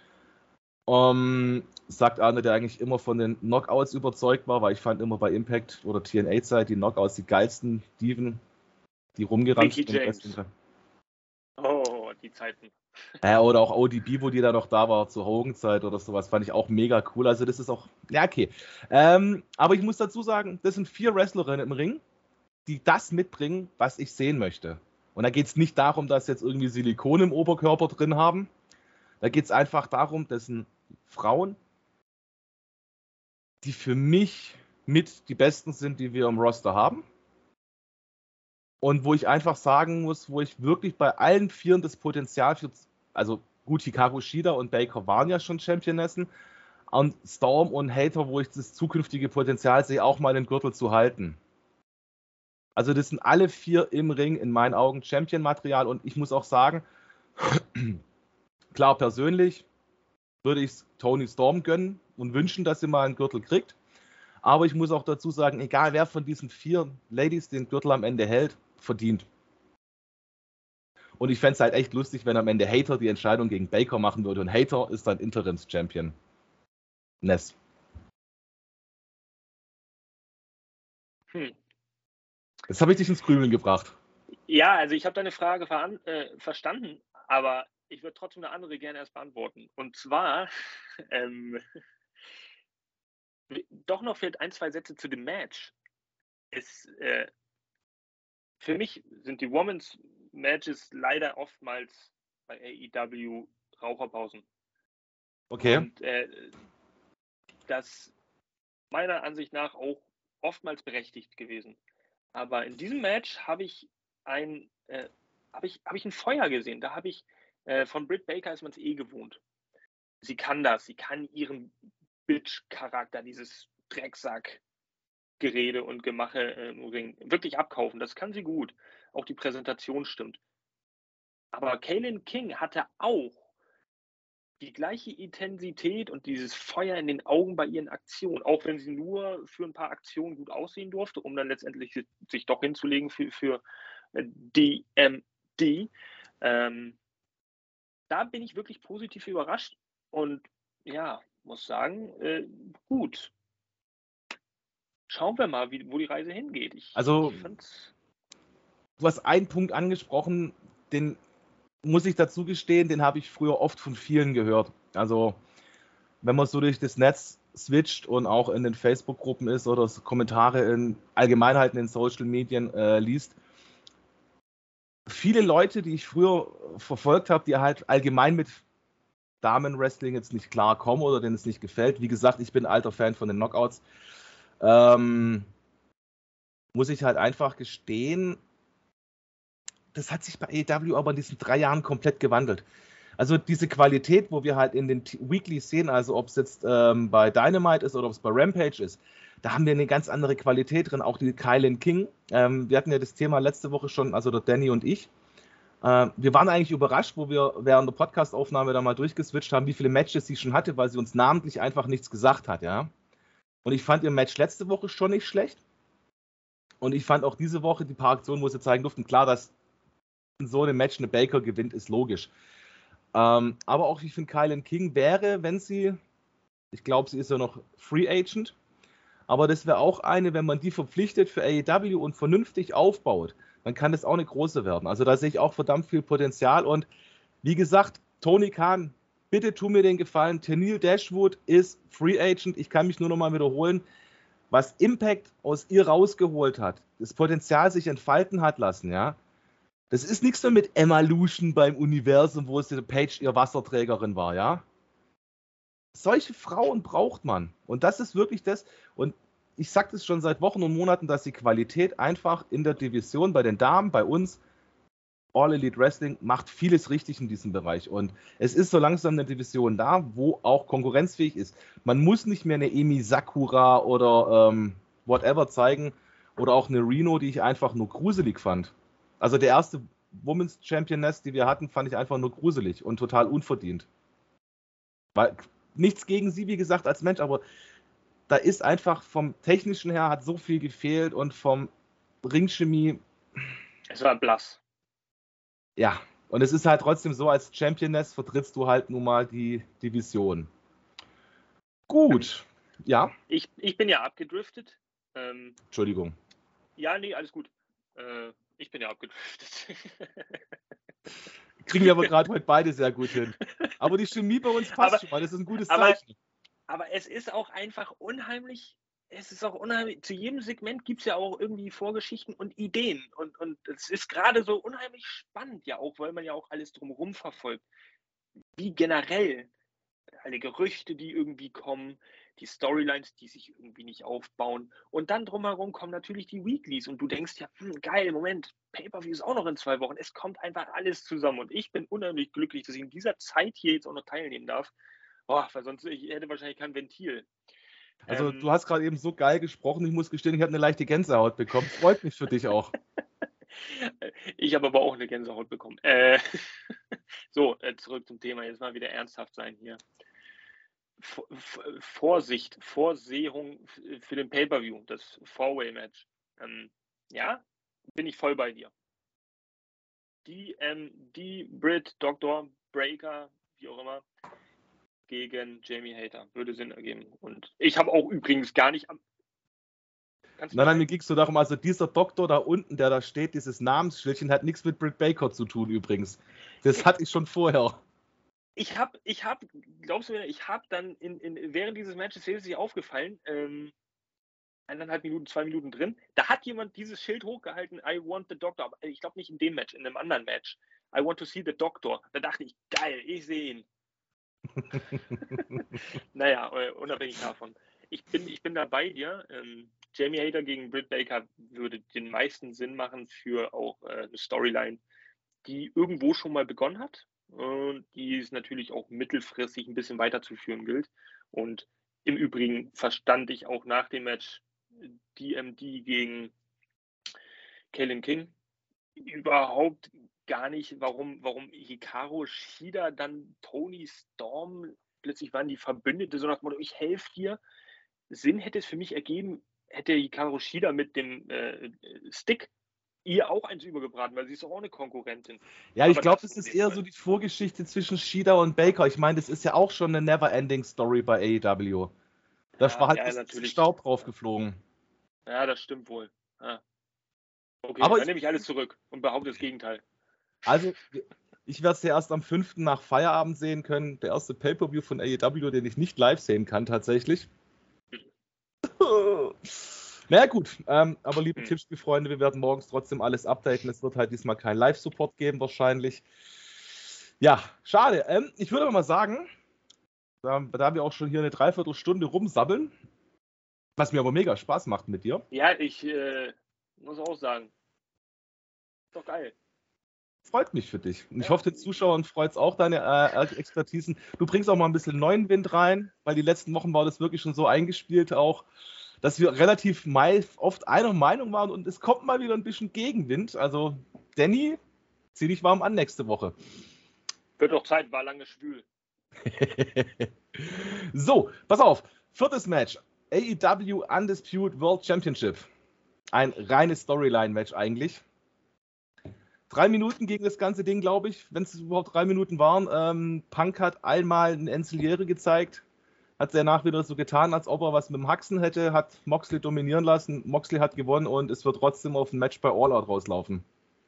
Sagt einer, der eigentlich immer von den Knockouts überzeugt war, weil ich fand immer bei Impact oder TNA-Zeit die Knockouts die geilsten Dieven, die rumgerannt sind. Oh, die Zeiten. Ja, oder auch ODB, wo die da noch da war, zur Hogan-Zeit oder sowas, fand ich auch mega cool. Also das ist auch, ja okay. Aber ich muss dazu sagen, das sind 4 Wrestlerinnen im Ring, die das mitbringen, was ich sehen möchte. Und da geht es nicht darum, dass jetzt irgendwie Silikon im Oberkörper drin haben. Da geht es einfach darum, das sind Frauen, die für mich mit die besten sind, die wir im Roster haben. Und wo ich einfach sagen muss, wo ich wirklich bei allen 4 das Potenzial für, also gut, Hikaru Shida und Baker waren ja schon Championessen, und Storm und Hayter, wo ich das zukünftige Potenzial sehe, auch mal den Gürtel zu halten. Also das sind alle 4 im Ring in meinen Augen Champion-Material und ich muss auch sagen, klar persönlich würde ich es Toni Storm gönnen und wünschen, dass sie mal einen Gürtel kriegt. Aber ich muss auch dazu sagen, egal wer von diesen 4 Ladies den Gürtel am Ende hält, verdient. Und ich fände es halt echt lustig, wenn am Ende Hayter die Entscheidung gegen Baker machen würde und Hayter ist dann Interims-Champion. Ness. Jetzt habe ich dich ins Grübeln gebracht. Ja, also ich habe deine Frage verstanden, aber ich würde trotzdem eine andere gerne erst beantworten. Und zwar, doch noch fehlt 1, 2 Sätze zu dem Match. Für mich sind die Women's Matches leider oftmals bei AEW Raucherpausen. Okay. Und das meiner Ansicht nach auch oftmals berechtigt gewesen. Aber in diesem Match habe ich ein Feuer gesehen. Da habe ich von Britt Baker ist man es gewohnt. Sie kann das. Sie kann ihren Bitch-Charakter, dieses Drecksack-Gerede und Gemache im Ring wirklich abkaufen. Das kann sie gut. Auch die Präsentation stimmt. Aber Kaylin King hatte auch die gleiche Intensität und dieses Feuer in den Augen bei ihren Aktionen, auch wenn sie nur für ein paar Aktionen gut aussehen durfte, um dann letztendlich sich doch hinzulegen für DMD. Da bin ich wirklich positiv überrascht und ja, muss sagen, gut. Schauen wir mal, wo die Reise hingeht. Du hast einen Punkt angesprochen, den muss ich dazu gestehen, den habe ich früher oft von vielen gehört. Also, wenn man so durch das Netz switcht und auch in den Facebook-Gruppen ist oder Kommentare in Allgemeinheiten in Social Medien liest, viele Leute, die ich früher verfolgt habe, die halt allgemein mit Damenwrestling jetzt nicht klar kommen oder denen es nicht gefällt. Wie gesagt, ich bin alter Fan von den Knockouts. Muss ich halt einfach gestehen, das hat sich bei AEW aber in diesen 3 Jahren komplett gewandelt. Also diese Qualität, wo wir halt in den Weeklies sehen, also ob es jetzt bei Dynamite ist oder ob es bei Rampage ist, da haben wir eine ganz andere Qualität drin, auch die Kaylin King. Wir hatten ja das Thema letzte Woche schon, also der Danny und ich. Wir waren eigentlich überrascht, wo wir während der Podcast-Aufnahme da mal durchgeswitcht haben, wie viele Matches sie schon hatte, weil sie uns namentlich einfach nichts gesagt hat, ja. Und ich fand ihr Match letzte Woche schon nicht schlecht. Und ich fand auch diese Woche die paar Aktionen, wo sie zeigen durften, klar, dass in so einem Match eine Baker gewinnt, ist logisch. Aber auch ich finde, Kaylin King wäre, wenn sie, ich glaube, sie ist ja noch Free Agent, aber das wäre auch eine, wenn man die verpflichtet für AEW und vernünftig aufbaut, dann kann das auch eine große werden. Also da sehe ich auch verdammt viel Potenzial und wie gesagt, Tony Khan, bitte tu mir den Gefallen, Tenille Dashwood ist Free Agent, ich kann mich nur noch mal wiederholen, was Impact aus ihr rausgeholt hat, das Potenzial sich entfalten hat lassen, ja, das ist nichts mehr mit Evolution beim Universum, wo es die Paige ihr Wasserträgerin war, ja. Solche Frauen braucht man. Und das ist wirklich das. Und ich sage das schon seit Wochen und Monaten, dass die Qualität einfach in der Division bei den Damen, bei uns, All Elite Wrestling, macht vieles richtig in diesem Bereich. Und es ist so langsam eine Division da, wo auch konkurrenzfähig ist. Man muss nicht mehr eine Emi Sakura oder whatever zeigen oder auch eine Reno, die ich einfach nur gruselig fand. Also der erste Women's Championess, die wir hatten, fand ich einfach nur gruselig und total unverdient. Weil nichts gegen sie, wie gesagt, als Mensch, aber da ist einfach vom Technischen her hat so viel gefehlt und vom Ringchemie. Es war blass. Ja, und es ist halt trotzdem so, als Championess vertrittst du halt nun mal die Division. Gut, ja. Ich bin ja abgedriftet. Entschuldigung. Ja, nee, alles gut. Ich bin ja abgedriftet. Kriegen wir aber gerade heute beide sehr gut hin. Aber die Chemie bei uns passt schon mal, das ist ein gutes Zeichen. Aber es ist auch einfach unheimlich, zu jedem Segment gibt es ja auch irgendwie Vorgeschichten und Ideen. Und es ist gerade so unheimlich spannend, ja auch, weil man ja auch alles drumherum verfolgt. Wie generell alle Gerüchte, die irgendwie kommen, die Storylines, die sich irgendwie nicht aufbauen. Und dann drumherum kommen natürlich die Weeklies und du denkst ja, geil, Moment, Pay-Per-View ist auch noch in 2 Wochen. Es kommt einfach alles zusammen und ich bin unheimlich glücklich, dass ich in dieser Zeit hier jetzt auch noch teilnehmen darf. Weil sonst ich hätte wahrscheinlich kein Ventil. Also du hast gerade eben so geil gesprochen, ich muss gestehen, ich habe eine leichte Gänsehaut bekommen. Freut mich für dich auch. Ich habe aber auch eine Gänsehaut bekommen. So, zurück zum Thema. Jetzt mal wieder ernsthaft sein hier. Vorsehung für den Pay-Per-View, das Four-Way-Match. Ja, bin ich voll bei dir. Die Britt, Dr. Breaker, wie auch immer, gegen Jamie Hayter würde Sinn ergeben. Und ich habe auch übrigens gar nicht Nein, mir ging es so darum, also dieser Doktor da unten, der da steht, dieses Namensschildchen, hat nichts mit Britt Baker zu tun übrigens. Das hatte ich schon vorher. Glaubst du mir, ich habe dann während dieses Matches ist sich aufgefallen, 1,5 Minuten, 2 Minuten drin, da hat jemand dieses Schild hochgehalten, I want the Doctor, aber ich glaube nicht in dem Match, in einem anderen Match. I want to see the Doctor. Da dachte ich, geil, ich sehe ihn. Naja, unabhängig davon. Ich bin da bei dir. Jamie Hayter gegen Britt Baker würde den meisten Sinn machen für auch eine Storyline, die irgendwo schon mal begonnen hat und die es natürlich auch mittelfristig ein bisschen weiterzuführen gilt. Und im Übrigen verstand ich auch nach dem Match DMD gegen Kalen King überhaupt gar nicht, warum Hikaru Shida dann Toni Storm, plötzlich waren die Verbündete, so nach dem Motto, ich helfe dir. Sinn hätte es für mich ergeben, hätte Hikaru Shida mit dem Stick ihr auch eins übergebraten, weil sie ist auch eine Konkurrentin. Ja, ich glaube, das ist eher so die Vorgeschichte zwischen Shida und Baker. Ich meine, das ist ja auch schon eine Never-Ending-Story bei AEW. Da war halt natürlich Staub drauf geflogen. Ja, das stimmt wohl. Ja. Okay, aber dann nehme ich alles zurück und behaupte das Gegenteil. Also, ich werde es ja erst am 5. nach Feierabend sehen können. Der erste Pay-Per-View von AEW, den ich nicht live sehen kann, tatsächlich. Naja, gut. Aber liebe Tippspielfreunde, wir werden morgens trotzdem alles updaten. Es wird halt diesmal keinen Live-Support geben, wahrscheinlich. Ja, schade. Ich würde aber mal sagen, da wir auch schon hier eine Dreiviertelstunde rumsabbeln, was mir aber mega Spaß macht mit dir. Ja, ich muss auch sagen. Ist doch geil. Freut mich für dich. Und ich hoffe, den Zuschauern freut es auch, deine Expertisen. Du bringst auch mal ein bisschen neuen Wind rein, weil die letzten Wochen war das wirklich schon so eingespielt auch, dass wir relativ oft einer Meinung waren und es kommt mal wieder ein bisschen Gegenwind. Also, Danny, zieh dich warm an nächste Woche. Wird doch Zeit, war lange schwül. So, pass auf. 4. Match. AEW Undisputed World Championship. Ein reines Storyline-Match eigentlich. 3 Minuten gegen das ganze Ding, glaube ich, wenn es überhaupt 3 Minuten waren. Punk hat einmal einen Enzeliere gezeigt, hat danach wieder so getan, als ob er was mit dem Haxen hätte, hat Moxley dominieren lassen, Moxley hat gewonnen und es wird trotzdem auf ein Match bei All Out rauslaufen.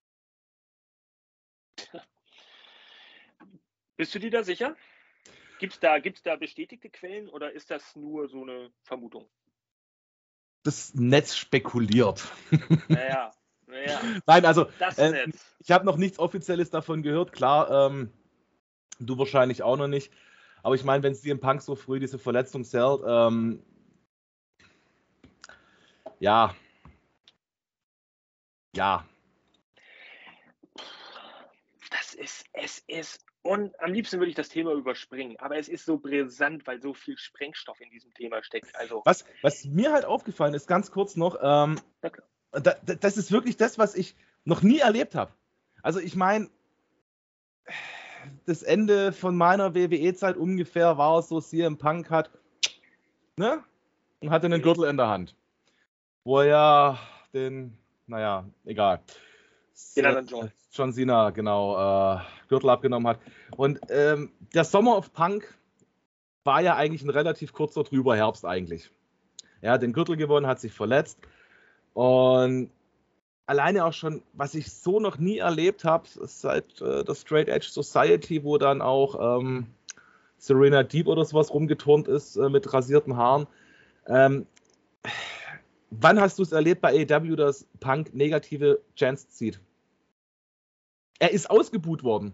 Bist du dir da sicher? Gibt's da bestätigte Quellen oder ist das nur so eine Vermutung? Das Netz spekuliert. Naja. Nein, also ich habe noch nichts Offizielles davon gehört. Klar, du wahrscheinlich auch noch nicht. Aber ich meine, wenn CM Punk so früh diese Verletzung zählt, ja. Es ist, und am liebsten würde ich das Thema überspringen, aber es ist so brisant, weil so viel Sprengstoff in diesem Thema steckt. Also was mir halt aufgefallen ist, ganz kurz noch, das ist wirklich das, was ich noch nie erlebt habe. Also ich meine, das Ende von meiner WWE-Zeit ungefähr war es so, CM Punk hat, ne? Und hatte einen Gürtel in der Hand. Wo er ja egal. John Cena, genau, Gürtel abgenommen hat. Und der Summer of Punk war ja eigentlich ein relativ kurzer drüber Herbst eigentlich. Er hat den Gürtel gewonnen, hat sich verletzt. Und alleine auch schon, was ich so noch nie erlebt habe, seit der Straight Edge Society, wo dann auch Serena Deeb oder sowas rumgeturnt ist mit rasierten Haaren. Wann hast du es erlebt bei AEW, dass Punk negative Chants zieht? Er ist ausgebuht worden.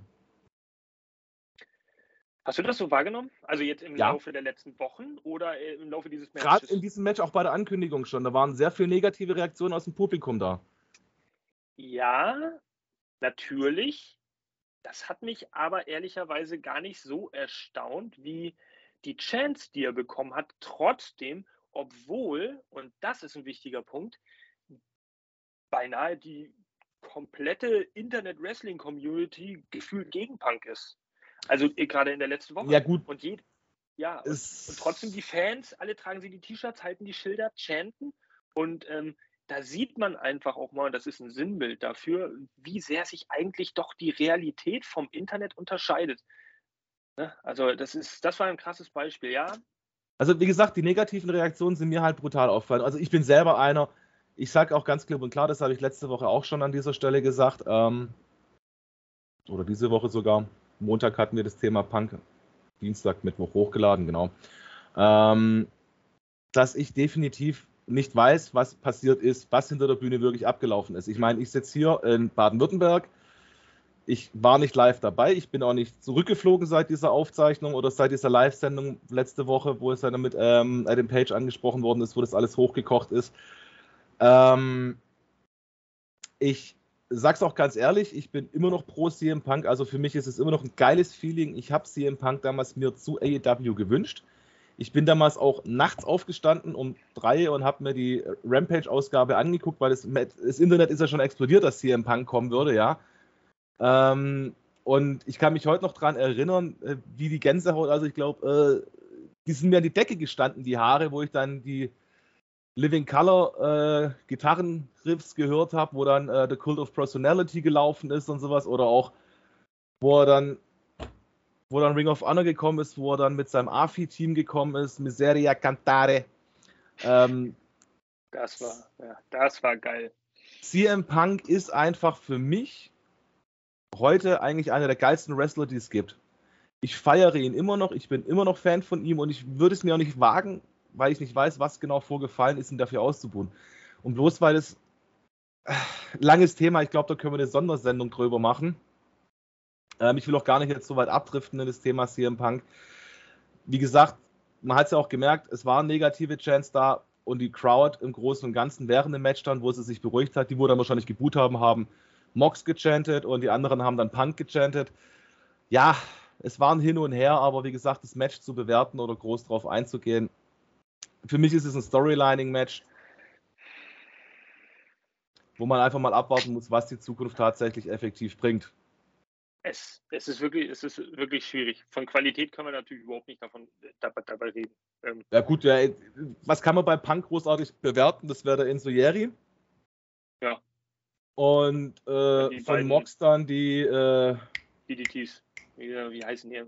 Hast du das so wahrgenommen? Also jetzt im Laufe der letzten Wochen oder im Laufe dieses Matches? Gerade in diesem Match, auch bei der Ankündigung schon. Da waren sehr viele negative Reaktionen aus dem Publikum da. Ja, natürlich. Das hat mich aber ehrlicherweise gar nicht so erstaunt, wie die Chance, die er bekommen hat, trotzdem, obwohl, und das ist ein wichtiger Punkt, beinahe die komplette Internet-Wrestling-Community gefühlt gegen Punk ist. Also gerade in der letzten Woche. Ja, gut. Und trotzdem die Fans, alle tragen sie die T-Shirts, halten die Schilder, chanten. Und da sieht man einfach auch mal, das ist ein Sinnbild dafür, wie sehr sich eigentlich doch die Realität vom Internet unterscheidet. Ne? Also das war ein krasses Beispiel, ja. Also wie gesagt, die negativen Reaktionen sind mir halt brutal aufgefallen. Also ich bin selber einer, ich sage auch ganz klipp und klar, das habe ich letzte Woche auch schon an dieser Stelle gesagt, oder diese Woche sogar. Montag hatten wir das Thema Punk, Dienstag, Mittwoch hochgeladen, genau. Dass ich definitiv nicht weiß, was passiert ist, was hinter der Bühne wirklich abgelaufen ist. Ich meine, ich sitze hier in Baden-Württemberg, ich war nicht live dabei, ich bin auch nicht zurückgeflogen seit dieser Aufzeichnung oder seit dieser Live-Sendung letzte Woche, wo es dann mit Adam Page angesprochen worden ist, wo das alles hochgekocht ist. Ich sag's auch ganz ehrlich, ich bin immer noch pro CM Punk, also für mich ist es immer noch ein geiles Feeling. Ich habe CM Punk damals mir zu AEW gewünscht. Ich bin damals auch nachts aufgestanden um 3 und habe mir die Rampage-Ausgabe angeguckt, weil das Internet ist ja schon explodiert, dass CM Punk kommen würde, ja. Und ich kann mich heute noch daran erinnern, wie die Gänsehaut, also ich glaube, die sind mir an die Decke gestanden, die Haare, wo ich dann die Living Colour Gitarrenriffs gehört habe, wo dann The Cult of Personality gelaufen ist und sowas, oder auch, wo dann Ring of Honor gekommen ist, wo er dann mit seinem AFI-Team gekommen ist, Miseria Cantare. Das war geil. CM Punk ist einfach für mich heute eigentlich einer der geilsten Wrestler, die es gibt. Ich feiere ihn immer noch, ich bin immer noch Fan von ihm und ich würde es mir auch nicht wagen, weil ich nicht weiß, was genau vorgefallen ist, ihn dafür auszubuhen. Und bloß weil es langes Thema, ich glaube, da können wir eine Sondersendung drüber machen. Ich will auch gar nicht jetzt so weit abdriften in das Thema CM Punk. Wie gesagt, man hat es ja auch gemerkt, es waren negative Chants da und die Crowd im Großen und Ganzen während dem Match dann, wo sie sich beruhigt hat, die wo dann wahrscheinlich geboot haben Mox gechantet und die anderen haben dann Punk gechantet. Ja, es waren hin und her, aber wie gesagt, das Match zu bewerten oder groß drauf einzugehen, für mich ist es ein Storylining-Match, wo man einfach mal abwarten muss, was die Zukunft tatsächlich effektiv bringt. Es ist wirklich schwierig. Von Qualität können wir natürlich überhaupt nicht dabei reden. Ja gut, ja, was kann man bei Punk großartig bewerten? Das wäre der Enzo-Yeri. Ja. Und von Mox dann die DDTs. Wie heißen die?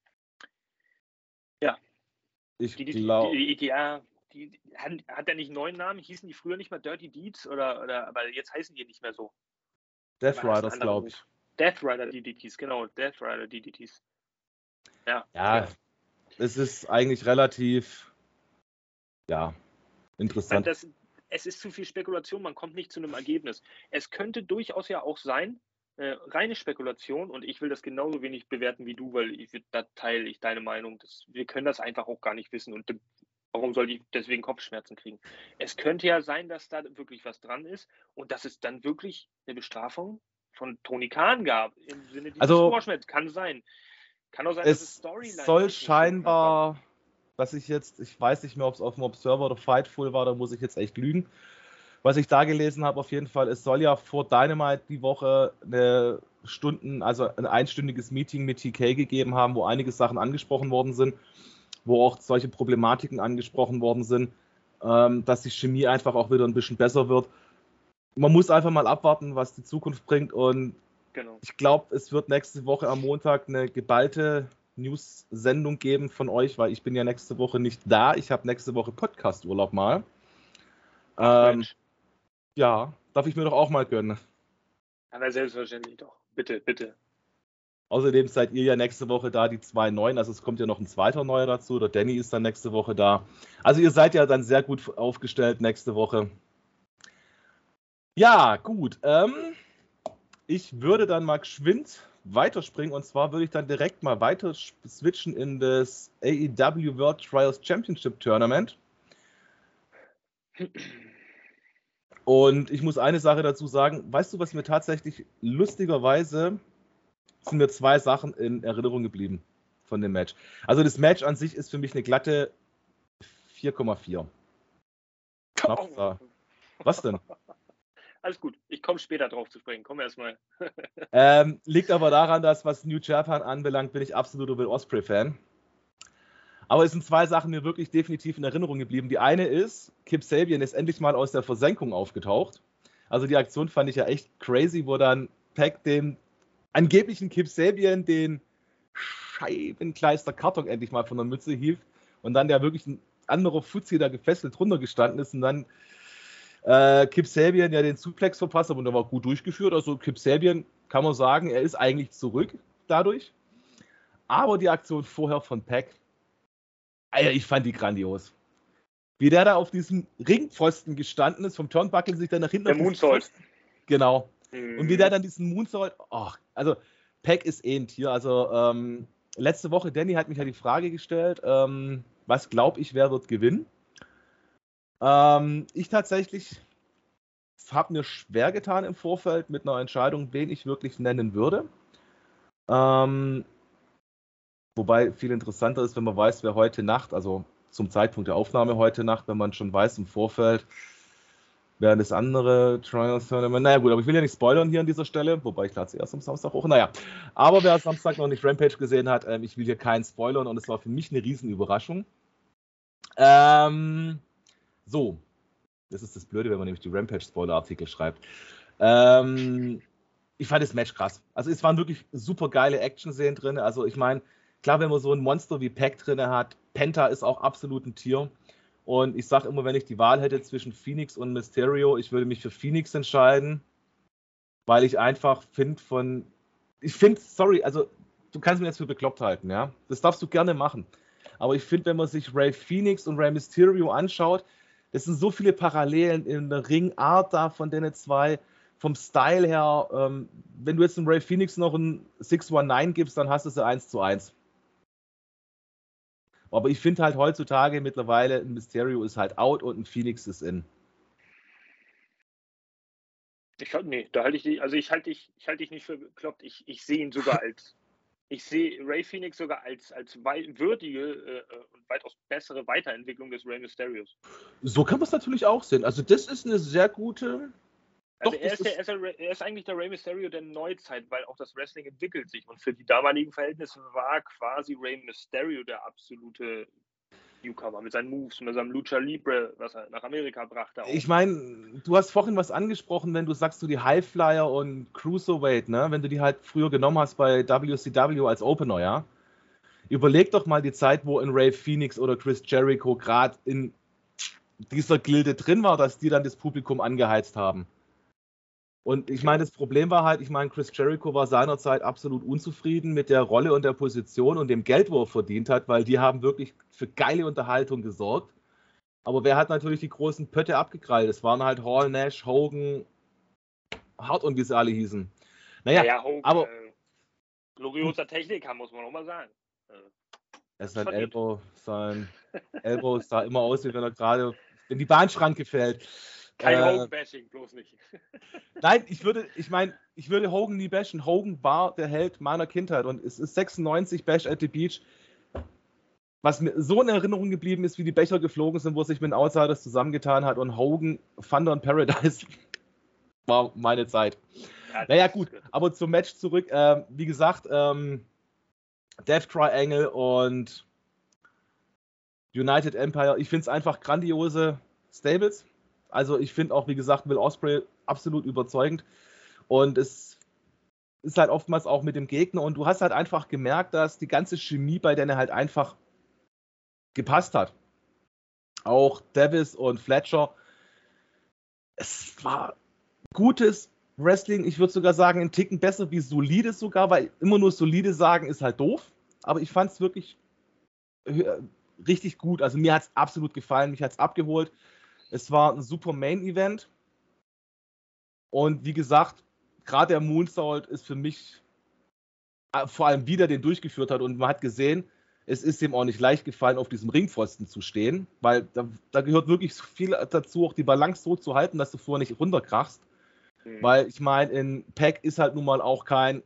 Ja. Ich glaube. Hat er nicht einen neuen Namen? Hießen die früher nicht mehr Dirty Deeds? Aber jetzt heißen die nicht mehr so. Death Riders, glaube ich. Death Rider DDTs, genau. Death Rider DDTs. Ja, es ist eigentlich relativ, interessant. Es ist zu viel Spekulation, man kommt nicht zu einem Ergebnis. Es könnte durchaus ja auch sein, reine Spekulation, und ich will das genauso wenig bewerten wie du, weil da teile ich deine Meinung. Wir können das einfach auch gar nicht wissen und warum soll ich deswegen Kopfschmerzen kriegen? Es könnte ja sein, dass da wirklich was dran ist und dass es dann wirklich eine Bestrafung von Tony Khan gab, im Sinne dieses Squash-Match. Kann sein. Kann auch sein, dass es Storyline soll scheinbar, ich weiß nicht mehr, ob es auf dem Observer oder Fightful war, da muss ich jetzt echt lügen. Was ich da gelesen habe, auf jeden Fall, es soll ja vor Dynamite die Woche ein einstündiges Meeting mit TK gegeben haben, wo einige Sachen angesprochen worden sind, wo auch solche Problematiken angesprochen worden sind, dass die Chemie einfach auch wieder ein bisschen besser wird. Man muss einfach mal abwarten, was die Zukunft bringt, und Ich glaube, es wird nächste Woche am Montag eine geballte News-Sendung geben von euch, weil ich bin ja nächste Woche nicht da. Ich habe nächste Woche Podcast-Urlaub mal. Ja, darf ich mir doch auch mal gönnen. Aber selbstverständlich doch. Bitte, bitte. Außerdem seid ihr ja nächste Woche da, die 2 Neuen. Also es kommt ja noch ein zweiter Neuer dazu. Der Danny ist dann nächste Woche da. Also ihr seid ja dann sehr gut aufgestellt nächste Woche. Ja, gut. Ich würde dann mal geschwind weiterspringen, und zwar würde ich dann direkt mal weiter switchen in das AEW World Trials Championship Tournament. Und ich muss eine Sache dazu sagen. Weißt du, was mir tatsächlich lustigerweise sind mir 2 Sachen in Erinnerung geblieben von dem Match. Also das Match an sich ist für mich eine glatte 4,4. Was denn? Alles gut, ich komme später drauf zu sprechen. Komm erstmal. Liegt aber daran, dass, was New Japan anbelangt, bin ich absoluter Will Ospreay-Fan. Aber es sind 2 Sachen mir wirklich definitiv in Erinnerung geblieben. Die eine ist, Kip Sabian ist endlich mal aus der Versenkung aufgetaucht. Also die Aktion fand ich ja echt crazy, wo dann Pac dem angeblichen Kip Sabian den Scheibenkleister Karton endlich mal von der Mütze hielt und dann der wirklich ein anderer Fuzzi da gefesselt drunter gestanden ist und dann Kip Sabian ja den Suplex verpasst hat, und der war gut durchgeführt. Also Kip Sabian, kann man sagen, er ist eigentlich zurück dadurch. Aber die Aktion vorher von Pac, ich fand die grandios. Wie der da auf diesem Ringpfosten gestanden ist, vom Turnbuckle sich dann nach hinten... Der Moonsault. Genau. Und wie der dann diesen Moonsault... Also Pac ist ein Tier. Also letzte Woche, Danny hat mich ja die Frage gestellt, was glaube ich, wer wird gewinnen? Ich tatsächlich habe mir schwer getan im Vorfeld mit einer Entscheidung, wen ich wirklich nennen würde. Wobei viel interessanter ist, wenn man weiß, wer heute Nacht, also zum Zeitpunkt der Aufnahme heute Nacht, wenn man schon weiß im Vorfeld, wer das andere Trials Tournament. Naja gut, aber ich will ja nicht spoilern hier an dieser Stelle, wobei ich lade es erst am Samstag hoch. Naja, aber wer Samstag noch nicht Rampage gesehen hat, ich will hier keinen spoilern und es war für mich eine Riesenüberraschung. So, das ist das Blöde, wenn man nämlich die Rampage-Spoiler-Artikel schreibt. Ich fand das Match krass. Also es waren wirklich super geile Action-Szenen drin. Also ich meine, klar, wenn man so ein Monster wie Pac drin hat, Penta ist auch absolut ein Tier. Und ich sage immer, wenn ich die Wahl hätte zwischen Phoenix und Mysterio, ich würde mich für Phoenix entscheiden, weil ich einfach sorry, also du kannst mich jetzt für bekloppt halten, ja. Das darfst du gerne machen. Aber ich finde, wenn man sich Rey Phoenix und Rey Mysterio anschaut, das sind so viele Parallelen in der Ringart da von denen zwei, vom Style her. Wenn du jetzt einem Rey Phoenix noch ein 619 gibst, dann hast du sie 1:1. Aber ich finde halt heutzutage mittlerweile, ein Mysterio ist halt out und ein Phoenix ist in. Da halte ich dich, also ich halte dich nicht für bekloppt. Ich sehe ihn sogar ich sehe Rey Phoenix sogar als würdige und weitaus bessere Weiterentwicklung des Rey Mysterios. So kann man es natürlich auch sehen. Also das ist eine sehr gute... Also er ist eigentlich der Rey Mysterio der Neuzeit, weil auch das Wrestling entwickelt sich. Und für die damaligen Verhältnisse war quasi Rey Mysterio der absolute Newcomer mit seinen Moves, mit seinem Lucha Libre, was er nach Amerika brachte. Auch. Ich meine, du hast vorhin was angesprochen, wenn du sagst, du die Highflyer und Cruiserweight, ne? Wenn du die halt früher genommen hast bei WCW als Opener, ja? Überleg doch mal die Zeit, wo in Rey Phoenix oder Chris Jericho gerade in dieser Gilde drin war, dass die dann das Publikum angeheizt haben. Und ich meine, das Problem war halt, Chris Jericho war seinerzeit absolut unzufrieden mit der Rolle und der Position und dem Geld, wo er verdient hat, weil die haben wirklich für geile Unterhaltung gesorgt. Aber wer hat natürlich die großen Pötte abgekrallt? Es waren halt Hall, Nash, Hogan, Hart und wie sie alle hießen. Naja, Hogan, aber glorioser Techniker, muss man auch mal sagen. Sein Elbow sah immer aus, wie wenn er gerade in die Bahnschranke fällt. Kein Hogan-Bashing, bloß nicht. Nein, ich würde Hogan nie bashen. Hogan war der Held meiner Kindheit und es ist 96 Bash at the Beach, was mir so in Erinnerung geblieben ist, wie die Becher geflogen sind, wo sich mit den Outsiders zusammengetan hat und Hogan, Thunder in Paradise war meine Zeit. Ja, naja gut, aber zum Match zurück. Wie gesagt, Death Triangle und United Empire, ich finde es einfach grandiose Stables. Also ich finde auch, wie gesagt, Will Ospreay absolut überzeugend. Und es ist halt oftmals auch mit dem Gegner. Und du hast halt einfach gemerkt, dass die ganze Chemie bei denen halt einfach gepasst hat. Auch Davis und Fletcher. Es war gutes Wrestling. Ich würde sogar sagen, einen Ticken besser wie solides sogar, weil immer nur solide sagen ist halt doof. Aber ich fand es wirklich richtig gut. Also mir hat es absolut gefallen. Mich hat es abgeholt. Es war ein super Main-Event. Und wie gesagt, gerade der Moonsault ist für mich vor allem wieder den durchgeführt hat. Und man hat gesehen, es ist ihm auch nicht leicht gefallen, auf diesem Ringpfosten zu stehen, weil da gehört wirklich so viel dazu, auch die Balance so zu halten, dass du vorher nicht runterkrachst. Weil ich meine, in Pac ist halt nun mal auch kein...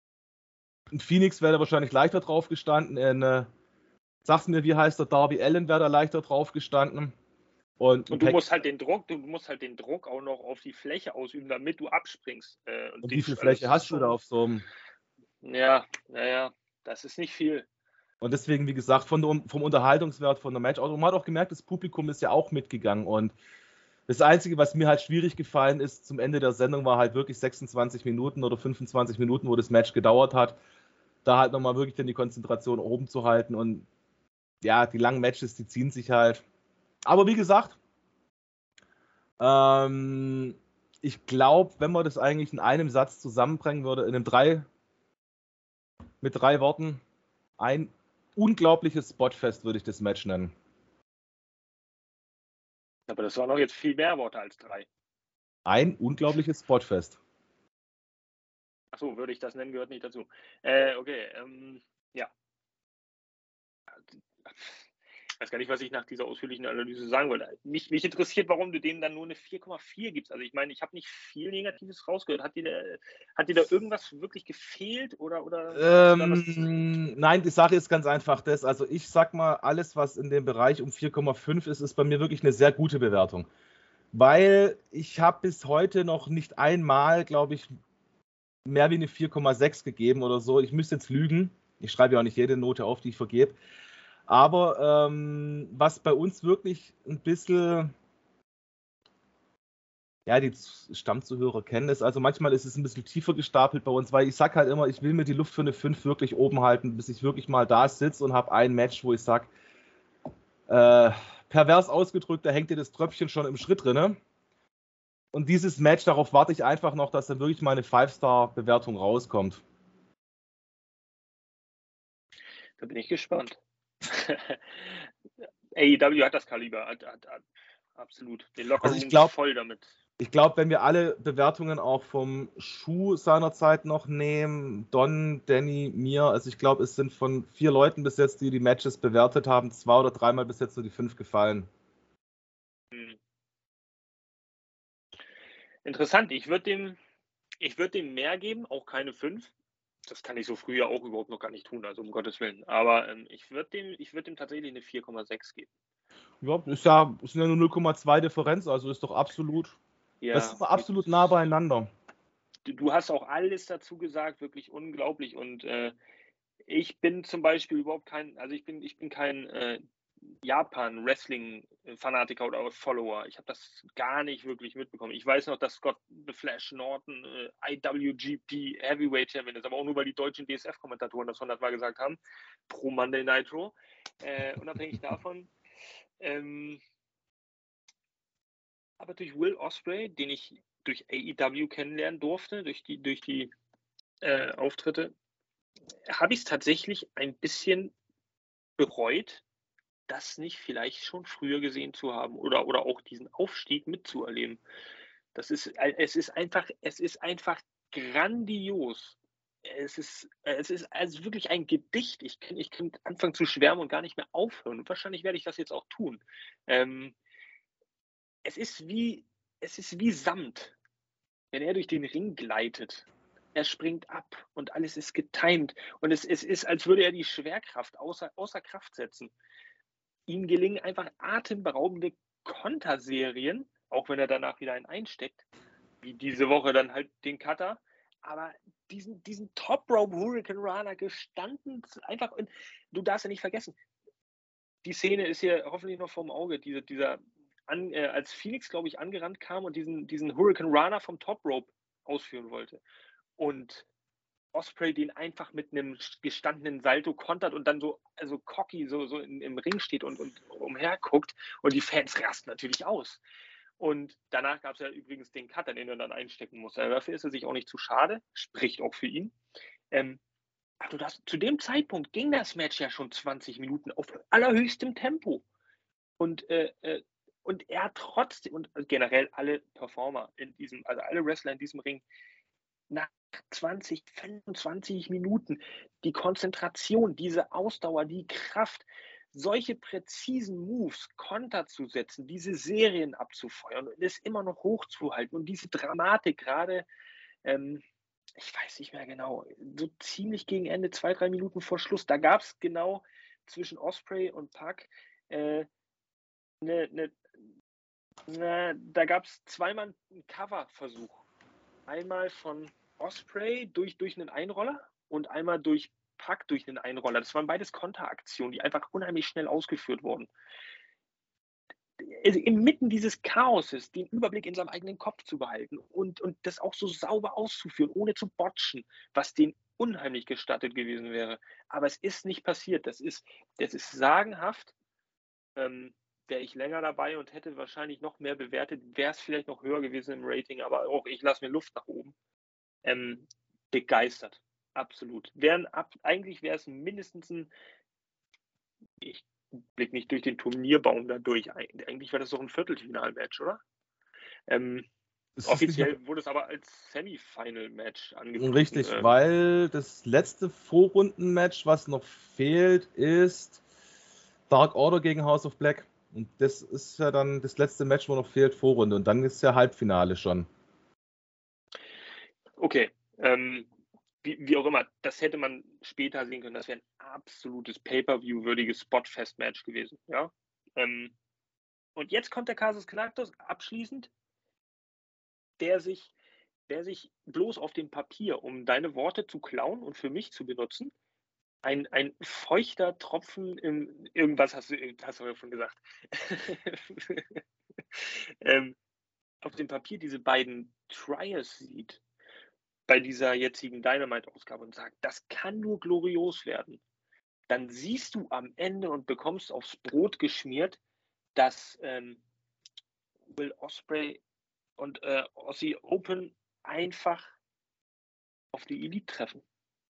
In Phoenix wäre da wahrscheinlich leichter drauf gestanden. Sag's mir, wie heißt der? Darby Allin wäre da leichter drauf gestanden. Und du musst halt den Druck auch noch auf die Fläche ausüben, damit du abspringst. Und wie viel Fläche hast du da auf so einem? Ja, das ist nicht viel. Und deswegen, wie gesagt, vom Unterhaltungswert von der Match, man hat auch gemerkt, das Publikum ist ja auch mitgegangen. Und das Einzige, was mir halt schwierig gefallen ist, zum Ende der Sendung war halt wirklich 26 Minuten oder 25 Minuten, wo das Match gedauert hat, da halt nochmal wirklich dann die Konzentration oben zu halten. Und ja, die langen Matches, die ziehen sich halt. Aber wie gesagt, ich glaube, wenn man das eigentlich in einem Satz zusammenbringen würde, mit 3 Worten, ein unglaubliches Spotfest würde ich das Match nennen. Aber das waren noch jetzt viel mehr Worte als 3. Ein unglaubliches Spotfest. Achso, würde ich das nennen, gehört nicht dazu. Okay, ja. weiß gar nicht, was ich nach dieser ausführlichen Analyse sagen wollte. Mich interessiert, warum du denen dann nur eine 4,4 gibst. Also ich meine, ich habe nicht viel Negatives rausgehört. Hat dir da irgendwas wirklich gefehlt oder Nein, die Sache ist ganz einfach das. Also ich sag mal, alles, was in dem Bereich um 4,5 ist bei mir wirklich eine sehr gute Bewertung. Weil ich habe bis heute noch nicht einmal, glaube ich, mehr wie eine 4,6 gegeben oder so. Ich müsste jetzt lügen. Ich schreibe ja auch nicht jede Note auf, die ich vergebe. Aber was bei uns wirklich ein bisschen, ja, die Stammzuhörer kennen es, also manchmal ist es ein bisschen tiefer gestapelt bei uns, weil ich sage halt immer, ich will mir die Luft für eine 5 wirklich oben halten, bis ich wirklich mal da sitze und habe ein Match, wo ich sage, pervers ausgedrückt, da hängt dir das Tröpfchen schon im Schritt drin. Und dieses Match, darauf warte ich einfach noch, dass dann wirklich mal eine 5-Star-Bewertung rauskommt. Da bin ich gespannt. AEW hat das Kaliber, hat absolut den Lockerroom voll damit. Ich glaube, wenn wir alle Bewertungen auch vom Schuh seinerzeit noch nehmen, Don, Danny, mir, also ich glaube, es sind von 4 Leuten bis jetzt, die Matches bewertet haben, 2 oder 3 Mal bis jetzt so die 5 gefallen. Interessant, ich würde dem mehr geben, auch keine 5. Das kann ich so früh ja auch überhaupt noch gar nicht tun, also um Gottes Willen. Aber ich würde dem tatsächlich eine 4,6 geben. Ja, ist ja nur 0,2 Differenz, also ist doch absolut, ja, das ist absolut nah beieinander. Du hast auch alles dazu gesagt, wirklich unglaublich. Und ich bin zum Beispiel überhaupt kein, also ich bin kein Japan-Wrestling-Fanatiker oder Follower. Ich habe das gar nicht wirklich mitbekommen. Ich weiß noch, dass Scott The Flash Norton IWGP Heavyweight Champion ist, aber auch nur, weil die deutschen DSF-Kommentatoren das 100-mal gesagt haben, pro Monday Nitro. Unabhängig davon. Aber durch Will Ospreay, den ich durch AEW kennenlernen durfte, durch die Auftritte, habe ich es tatsächlich ein bisschen bereut, das nicht vielleicht schon früher gesehen zu haben oder auch diesen Aufstieg mitzuerleben. Es ist einfach grandios. Es ist also wirklich ein Gedicht. Ich kann anfangen zu schwärmen und gar nicht mehr aufhören. Und wahrscheinlich werde ich das jetzt auch tun. Es ist wie Samt, wenn er durch den Ring gleitet. Er springt ab und alles ist getimed. Und es ist, als würde er die Schwerkraft außer Kraft setzen. Ihm gelingen einfach atemberaubende Konterserien, auch wenn er danach wieder einen einsteckt, wie diese Woche dann halt den Cutter. Aber diesen Top Rope Hurricane Rana gestanden, einfach, und du darfst ja nicht vergessen, die Szene ist hier hoffentlich noch vorm Auge, als Phoenix, glaube ich, angerannt kam und diesen Hurricane Rana vom Top Rope ausführen wollte. Und Ospreay den einfach mit einem gestandenen Salto kontert und dann so cocky so im Ring steht und umherguckt. Und die Fans rasten natürlich aus. Und danach gab es ja übrigens den Cutter, den er dann einstecken muss. Dafür ist er sich auch nicht zu schade, spricht auch für ihn. Zu dem Zeitpunkt ging das Match ja schon 20 Minuten auf allerhöchstem Tempo. Und er hat trotzdem, und generell alle Performer also alle Wrestler in diesem Ring, nach 20, 25 Minuten die Konzentration, diese Ausdauer, die Kraft, solche präzisen Moves, Konter zu setzen, diese Serien abzufeuern und es immer noch hochzuhalten und diese Dramatik gerade, ich weiß nicht mehr genau, so ziemlich gegen Ende, 2-3 Minuten vor Schluss, da gab es genau zwischen Ospreay und Pac da gab es zweimal einen Cover-Versuch. Einmal von Ospreay durch einen Einroller und einmal durch Pac durch einen Einroller. Das waren beides Konteraktionen, die einfach unheimlich schnell ausgeführt wurden. Also inmitten dieses Chaoses den Überblick in seinem eigenen Kopf zu behalten und das auch so sauber auszuführen, ohne zu botchen, was denen unheimlich gestattet gewesen wäre. Aber es ist nicht passiert. Das ist sagenhaft. Wäre ich länger dabei und hätte wahrscheinlich noch mehr bewertet, wäre es vielleicht noch höher gewesen im Rating, aber auch ich lasse mir Luft nach oben. Begeistert, absolut. Eigentlich wäre es mindestens ich blicke nicht durch den Turnierbaum da durch. Eigentlich wäre das doch ein Viertelfinal-Match, oder? Offiziell wurde es aber als Semifinal-Match angeboten. Richtig, weil das letzte Vorrunden-Match, was noch fehlt, ist Dark Order gegen House of Black. Und das ist ja dann das letzte Match, wo noch fehlt, Vorrunde. Und dann ist ja Halbfinale schon. Okay. Wie auch immer, das hätte man später sehen können. Das wäre ein absolutes Pay-Per-View-würdiges Spotfest-Match gewesen. Ja? Und jetzt kommt der Kasus Knacktus abschließend, der sich bloß auf dem Papier, um deine Worte zu klauen und für mich zu benutzen, ein feuchter Tropfen im irgendwas hast du ja schon gesagt. Auf dem Papier diese beiden Trials sieht bei dieser jetzigen Dynamite-Ausgabe und sagt, das kann nur glorios werden, dann siehst du am Ende und bekommst aufs Brot geschmiert, dass Will Ospreay und Aussie Open einfach auf die Elite treffen.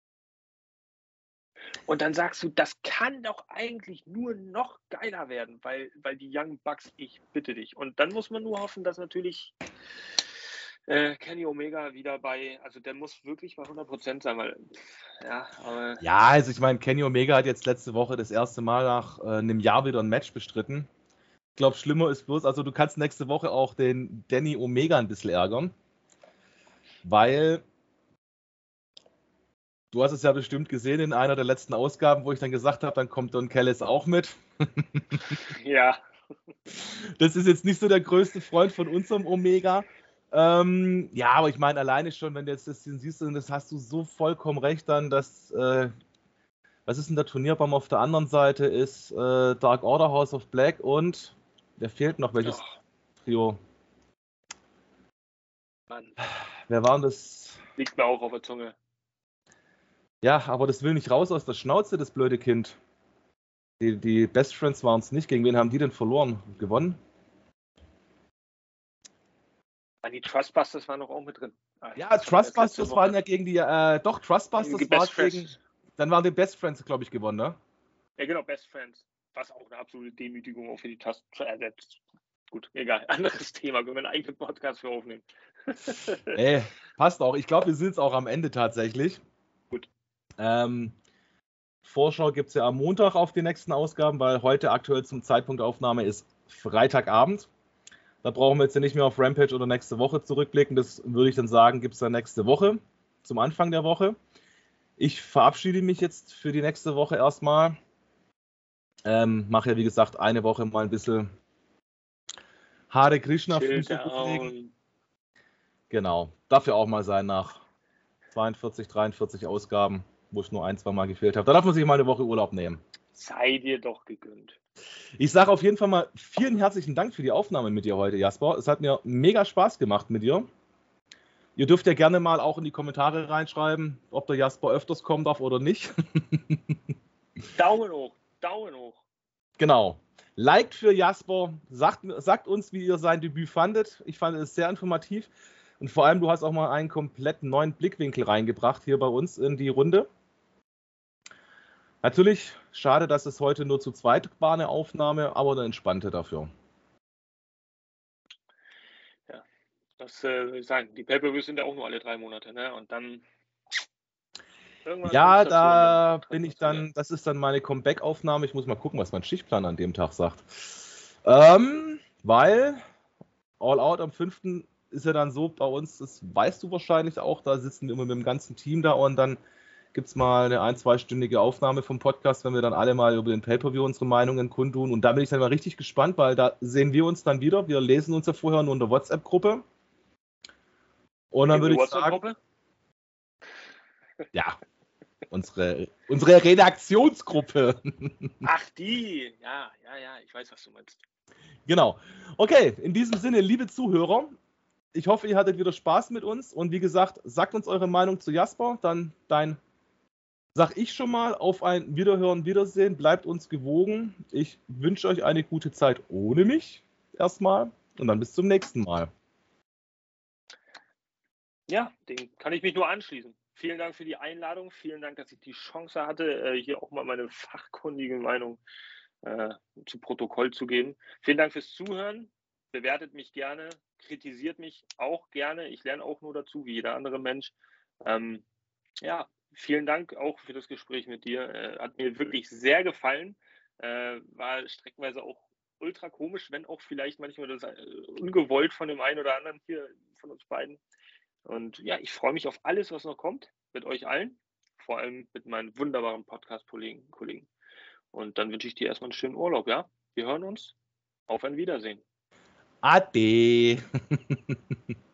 Und dann sagst du, das kann doch eigentlich nur noch geiler werden, weil die Young Bucks, ich bitte dich. Und dann muss man nur hoffen, dass natürlich Kenny Omega wieder also der muss wirklich bei 100% sein, weil, Ja, also ich meine, Kenny Omega hat jetzt letzte Woche das erste Mal nach einem Jahr wieder ein Match bestritten. Ich glaube, schlimmer ist bloß, also du kannst nächste Woche auch den Danny Omega ein bisschen ärgern, weil du hast es ja bestimmt gesehen in einer der letzten Ausgaben, wo ich dann gesagt habe, dann kommt Don Callis auch mit. Ja. Das ist jetzt nicht so der größte Freund von unserem Omega. Ja, aber ich meine, alleine schon, wenn du jetzt das siehst, das hast du so vollkommen recht dann, dass, was ist denn der Turnierbaum auf der anderen Seite, ist Dark Order, House of Black und, wer fehlt noch, welches Trio? Mann. Wer war denn das? Liegt mir auch auf der Zunge. Ja, aber das will nicht raus aus der Schnauze, das blöde Kind. Die Best Friends waren es nicht. Gegen wen haben die denn verloren? Gewonnen? Die Trustbusters waren doch auch mit drin. Ja, Trustbusters waren ja gegen die, doch, Trustbusters war gegen, dann waren die Best Friends, glaube ich, gewonnen, ne? Ja, genau, Best Friends. Was auch eine absolute Demütigung auch für die gut, egal, anderes Thema, können wir einen eigenen Podcast für aufnehmen. Ey, passt auch. Ich glaube, wir sind es auch am Ende tatsächlich. Gut. Vorschau gibt es ja am Montag auf die nächsten Ausgaben, weil heute aktuell zum Zeitpunkt der Aufnahme ist Freitagabend. Da brauchen wir jetzt ja nicht mehr auf Rampage oder nächste Woche zurückblicken. Das würde ich dann sagen, gibt es dann nächste Woche, zum Anfang der Woche. Ich verabschiede mich jetzt für die nächste Woche erstmal. Mache ja, wie gesagt, eine Woche mal ein bisschen Hare Krishna Füße bewegen. Genau, darf ja auch mal sein nach 42, 43 Ausgaben, wo ich nur 1-2 Mal gefehlt habe. Da darf man sich mal eine Woche Urlaub nehmen. Sei dir doch gegönnt. Ich sage auf jeden Fall mal vielen herzlichen Dank für die Aufnahme mit dir heute, Jasper. Es hat mir mega Spaß gemacht mit dir. Ihr dürft ja gerne mal auch in die Kommentare reinschreiben, ob der Jasper öfters kommen darf oder nicht. Daumen hoch, Daumen hoch. Genau. Liked für Jasper, sagt uns, wie ihr sein Debüt fandet. Ich fand es sehr informativ. Und vor allem, du hast auch mal einen komplett neuen Blickwinkel reingebracht hier bei uns in die Runde. Natürlich schade, dass es heute nur zu zweit war, eine Aufnahme, aber eine entspannte dafür. Ja, das will ich sagen. Die Pay-Per-Views sind ja auch nur alle 3 Monate, ne? Und dann ja, da bin ich dann, das ist dann meine Comeback-Aufnahme. Ich muss mal gucken, was mein Schichtplan an dem Tag sagt. Weil All Out am 5. ist ja dann so bei uns, das weißt du wahrscheinlich auch, da sitzen wir immer mit dem ganzen Team da und dann gibt es mal eine 1-2-stündige Aufnahme vom Podcast, wenn wir dann alle mal über den Pay-Per-View unsere Meinungen kundtun. Und da bin ich dann mal richtig gespannt, weil da sehen wir uns dann wieder. Wir lesen uns ja vorher nur in der WhatsApp-Gruppe. Und dann würde ich sagen... Ja, unsere Redaktionsgruppe. Ach, die. Ja, ich weiß, was du meinst. Genau. Okay, in diesem Sinne, liebe Zuhörer, ich hoffe, ihr hattet wieder Spaß mit uns. Und wie gesagt, sagt uns eure Meinung zu Jasper. Dann sag ich schon mal auf ein Wiederhören, Wiedersehen. Bleibt uns gewogen. Ich wünsche euch eine gute Zeit ohne mich erstmal. Und dann bis zum nächsten Mal. Ja, dem kann ich mich nur anschließen. Vielen Dank für die Einladung. Vielen Dank, dass ich die Chance hatte, hier auch mal meine fachkundige Meinung zu Protokoll zu geben. Vielen Dank fürs Zuhören. Bewertet mich gerne. Kritisiert mich auch gerne. Ich lerne auch nur dazu, wie jeder andere Mensch. Ja, vielen Dank auch für das Gespräch mit dir. Hat mir wirklich sehr gefallen. War streckenweise auch ultra komisch, wenn auch vielleicht manchmal das ungewollt von dem einen oder anderen hier von uns beiden. Und ja, ich freue mich auf alles, was noch kommt, mit euch allen, vor allem mit meinen wunderbaren Podcast-Kollegen. Und dann wünsche ich dir erstmal einen schönen Urlaub, ja? Wir hören uns. Auf ein Wiedersehen. Ade.